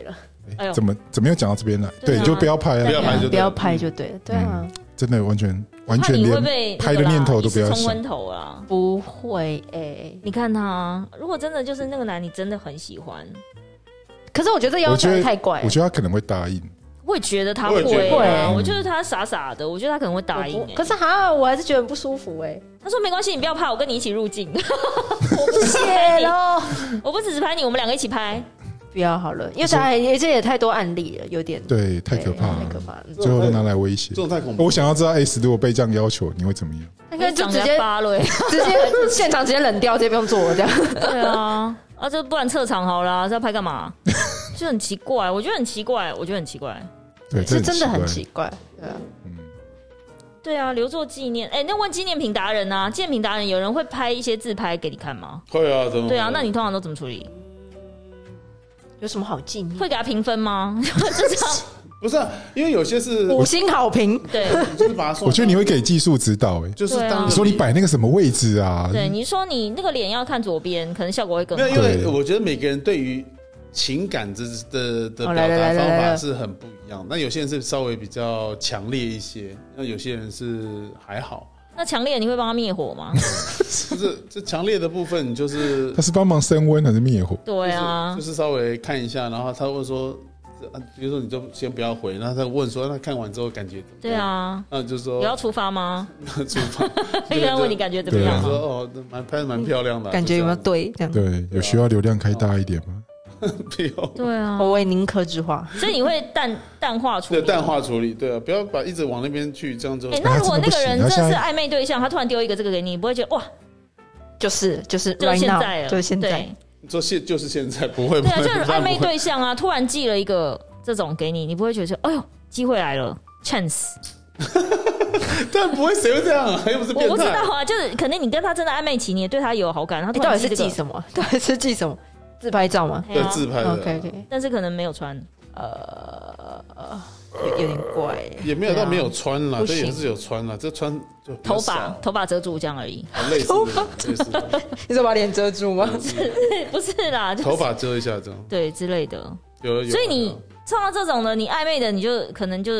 哎呦，怎么怎么又讲到这边来？对，就不要拍了， 不要拍就不要拍就对了，对啊， 真的完全完全连拍的念头都不要想。 冲昏头啊？ 不会哎， 你看他，如果真的就是那个男，你真的很喜欢， 可是我觉得要求太怪， 我觉得他可能会答应。 我也觉得他会，会，我觉得他傻傻的，我觉得他可能会答应。 可是哈，我还是觉得很不舒服哎。 他说没关系，你不要怕，我跟你一起入境。 我不写了， 我不只是拍你，我们两个一起拍。 不要好了，因为他也这也太多案例了，有点对，太可怕了， 太可怕了， 最后都拿来威胁， 这种太恐怖。 我想要知道 S 如果被这样要求，你会怎么样？ 那个就直接扒了，直接现场直接冷掉，直接不用做了这样。 对啊，啊，这不然撤场好了，这要拍干嘛？就很奇怪，我觉得很奇怪，我觉得很奇怪。 对， 是真的很奇怪，对啊， 嗯，对啊，留作纪念。哎、欸，那问纪念品达人啊，纪念品达人有人会拍一些自拍给你看吗？ 会啊，怎么？ 对啊，那你通常都怎么处理？ 有什么好纪念？ 会给他评分吗？这张不是、啊，因为有些是五星好评， 对， 就是把它送。 我觉得你会给技术指导、欸，哎， 就是当、 啊、你说你摆那个什么位置啊？ 对，你说你那个脸要看左边，可能效果会更好。 没有，因为我觉得每个人对于情感的的的表达方法是很不一样。那有些人是稍微比较强烈一些，那有些人是还好。 那强烈你会帮他灭火吗？ 不是，这强烈的部分就是他是帮忙升温还是灭火？ 对啊， 就是、就是稍微看一下，然后他问说，比如说你就先不要回，然后他问说，那看完之后感觉怎么样？ 对啊， 那就说有要出发吗？ 出发， 有人问你感觉怎么样？ 说哦，蛮拍的蛮漂亮的、啊， 感觉有没有对？这样对，有需要流量开大一点吗？ 没有。 对啊， 我为宁可之化， 所以你会淡淡化处理， 对，淡化处理，对啊，不要把一直往那边去，这样就。 哎、欸，那如果那个人真的是暧昧对象，他突然丢一个这个给你，你不会觉得哇， 就是就是就是现在了， 就是现在， 你说现就是现在不会， 对啊，就是暧昧对象啊，突然寄了一个这种给你，你不会觉得说，哎呦，机会来了 ，chance。 但不会，谁会这样啊？又不是变态。 我不知道啊，就是可能你跟他真的暧昧期，你也对他有好感，他突然寄、這個欸、到底是寄什么？到底是寄什么？自拍照吗？ 对，自拍的。 OK OK， 但是可能没有穿， 呃，有有点怪， 也没有到没有穿啦，这也是有穿啦，这穿就头发头发遮住这样而已。 类似类似， 你说把脸遮住吗？ 不是啦， 头发遮一下这样， 对之类的。 有有。 所以你碰到这种的，你暧昧的，你就可能就。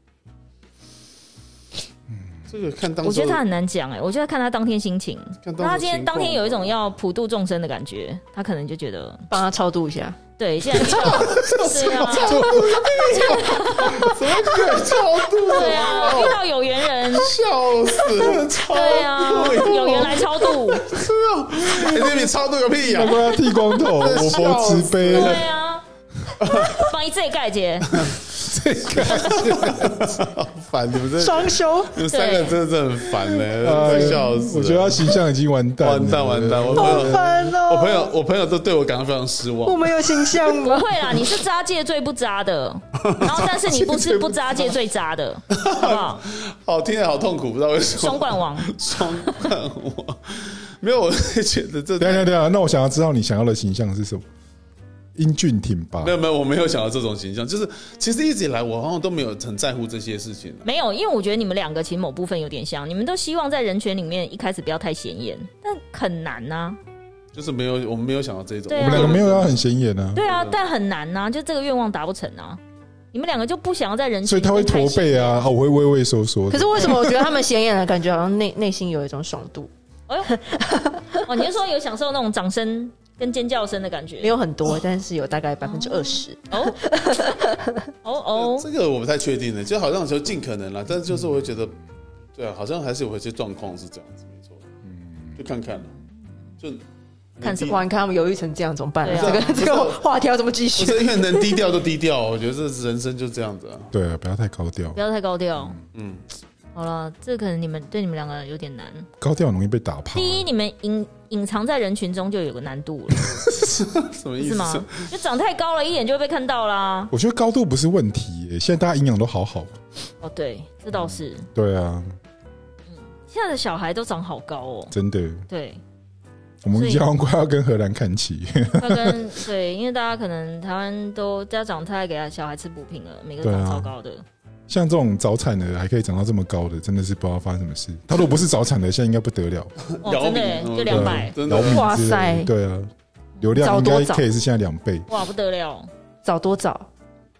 这个看当， 我觉得他很难讲哎、欸，我觉得看他当天心情。那他今天当天有一种要普度众生的感觉，他可能就觉得帮他超度一下。 对，现在遇到对啊， 什么鬼超度？ 对啊，遇到有缘人， 笑死！ 对啊，有缘来超度。 是啊，你比超度个屁呀！ 难怪要剃光头，我佛慈悲。 对啊，帮你这盖姐。 这个好烦，你们这双修， 你们三个真的是很烦嘞，快笑死！ 我觉得他形象已经完蛋， 完蛋完蛋！我好烦哦！ 我朋友我朋友都对我感到非常失望。 我们有形象吗？ 不会啦，你是渣界最不渣的，然后但是你不是不渣界最渣的，好不好？ 好，听起来好痛苦，不知道为什么。 双冠王， 双冠王，没有，我会觉得这…… 等一下等一下，那我想要知道你想要的形象是什么？英俊挺拔？ 没有没有，我没有想到这种形象。就是其实一直以来，我好像都没有很在乎这些事情。 没有，因为我觉得你们两个其实某部分有点像，你们都希望在人群里面一开始不要太显眼，但很难呐、啊。 就是没有，我们没有想到这种。 对啊、 我们两个没有要很显眼啊。 对啊，但很难呐、啊，就这个愿望达不成啊。你们两个就不想要在人群， 所以他会驼背啊，我会畏畏缩缩。 可是为什么我觉得他们显眼的感觉好像内内心有一种爽度？ 哎呦，哦，你是说有享受那种掌声跟尖叫声的感觉？ 没有很多，但是有大概百分之二十。 哦哦哦， 这个我不太确定的，就好像说尽可能啦，但是就是我会觉得，对啊，好像还是有一些状况是这样子，没错。嗯，就看看了，就看什么？你看他们犹豫成这样怎么办？ 啊、 这个这个话题要怎么继续？ 不是因为能低调就低调，我觉得这人生就这样子啊。 对啊，不要太高调， 不要太高调。 嗯。 好了，这可能你们对你们两个有点难。 高调容易被打趴。 第一，你们隐隐藏在人群中就有个难度了， 什么意思？ 是吗？就长太高了，一眼就会被看到啦。 我觉得高度不是问题耶，现在大家营养都好好。 哦，对，这倒是。 对啊， 嗯，现在的小孩都长好高哦， 真的。 对， 我们交往快要跟荷兰看齐。 快跟对，因为大家可能台湾都家长太爱给小孩吃补品了，每个长超高的。 像这种早产的还可以长到这么高的，真的是不知道发生什么事。他如果不是早产的，现在应该不得了。 哦，真的就两百， 真的哇塞！ 对啊，流量应该可以是现在两倍。 哇，不得了！ 早多早？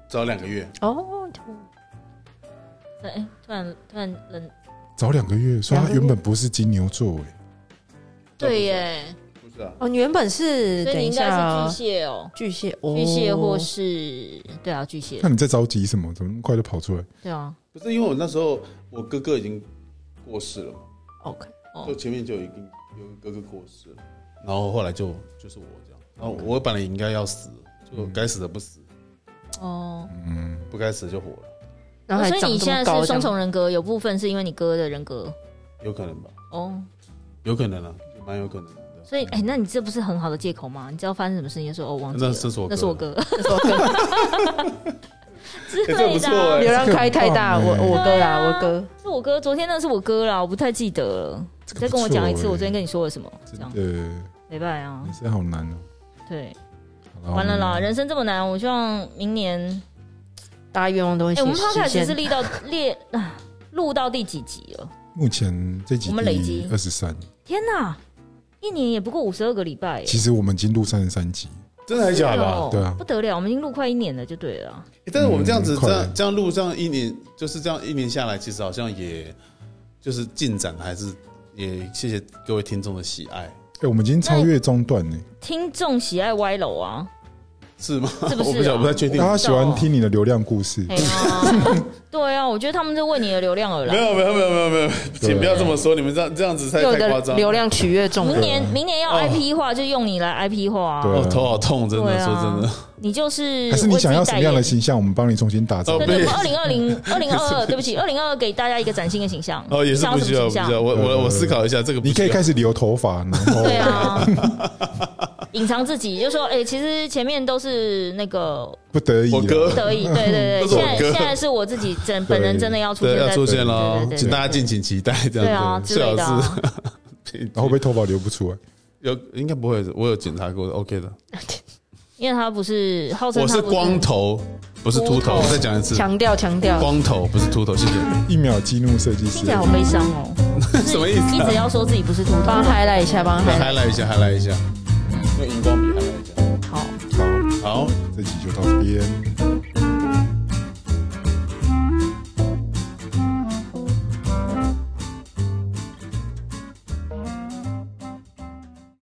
早两个月。 哦， 对，哎，突然突然冷。 早两个月，所以他原本不是金牛座哎。 对耶。 不是啊。 哦，你原本是， 所以你应该是巨蟹哦。 巨蟹， 巨蟹或是对啊，巨蟹。 那你在着急什么？怎么那么快就跑出来？ 对啊， 不是因为我那时候我哥哥已经过世了嘛。 OK。 就前面就已经有哥哥过世了，然后后来就就是我这样，然后我本来应该要死，就该死的不死，哦，嗯，不该死的就活了。 然后还所以你现在是双重人格，有部分是因为你哥的人格， 有可能吧？ 哦， 有可能啊，蛮有可能的。 所以，哎、欸，那你这不是很好的借口吗？你知道发生什么事情就说哦，忘记了， 那是我， 那是我哥， 那是我哥。 之类的、啊， 流量开太大，我我哥啦，我哥是我哥。昨天那是我哥啦，我不太记得了。你再跟我讲一次，我昨天跟你说了什么？这样对， 没办啊， 人生好难哦。 对，完了啦，人生这么难，我希望明年大家愿望都会实现。哎、欸，我们 podcast 是列到列录到第几集了？ 目前这集我们累积二十三。 天哪，一年也不过五十二个礼拜。 其实我们已经录三十三集。 真的还假的？ 对啊， 不得了，我们已经录快一年了，就对了。 欸、但是我们这样子，这样这样录，这样一年，就是这样一年下来，其实好像也就是进展，还是也谢谢各位听众的喜爱。 哎、欸，我们已经超越中段呢。 听众喜爱歪楼啊， 是吗？ 是不是、啊？ 我不晓得，不太确定。 他喜欢听你的流量故事。 对啊，我觉得他们是为你的流量而来。 没有，没有，没有，没有，没有，请不要这么说，你们这样这样子太太夸张。 流量取悦众人。 明年明年要 I P 化，就用你来 I P 化啊！ 哦，头好痛，真的，说真的。 你就是还是你想要什么样的形象，我们帮你重新打造。 对对，二零二零、二零二二，对不起，二零二二给大家一个崭新的形象。 哦，也是不需要，不需要。我我我思考一下这个。 你可以开始留头发，然后对啊，隐藏自己，就说哎，其实前面都是那个不得已， 我哥不得已，对对对。现在现在是我自己真本人真的要出现， 要出现了，请大家敬请期待。这样对啊，之类的。 然后会不会头发留不出来？ 有应该不会，我有检查过 ，OK 的。 因为他不是号称我是光头，不是秃头。我再讲一次， 强调强调， 光头不是秃头。谢谢。 一秒激怒设计师， 听起来好悲伤哦。 什么意思？ 一直要说自己不是秃头， 帮他 highlight 一下，帮他 highlight 一下 ，highlight 一下，用荧光笔 highlight 一下。 好， 好， 好， 这集就到这边。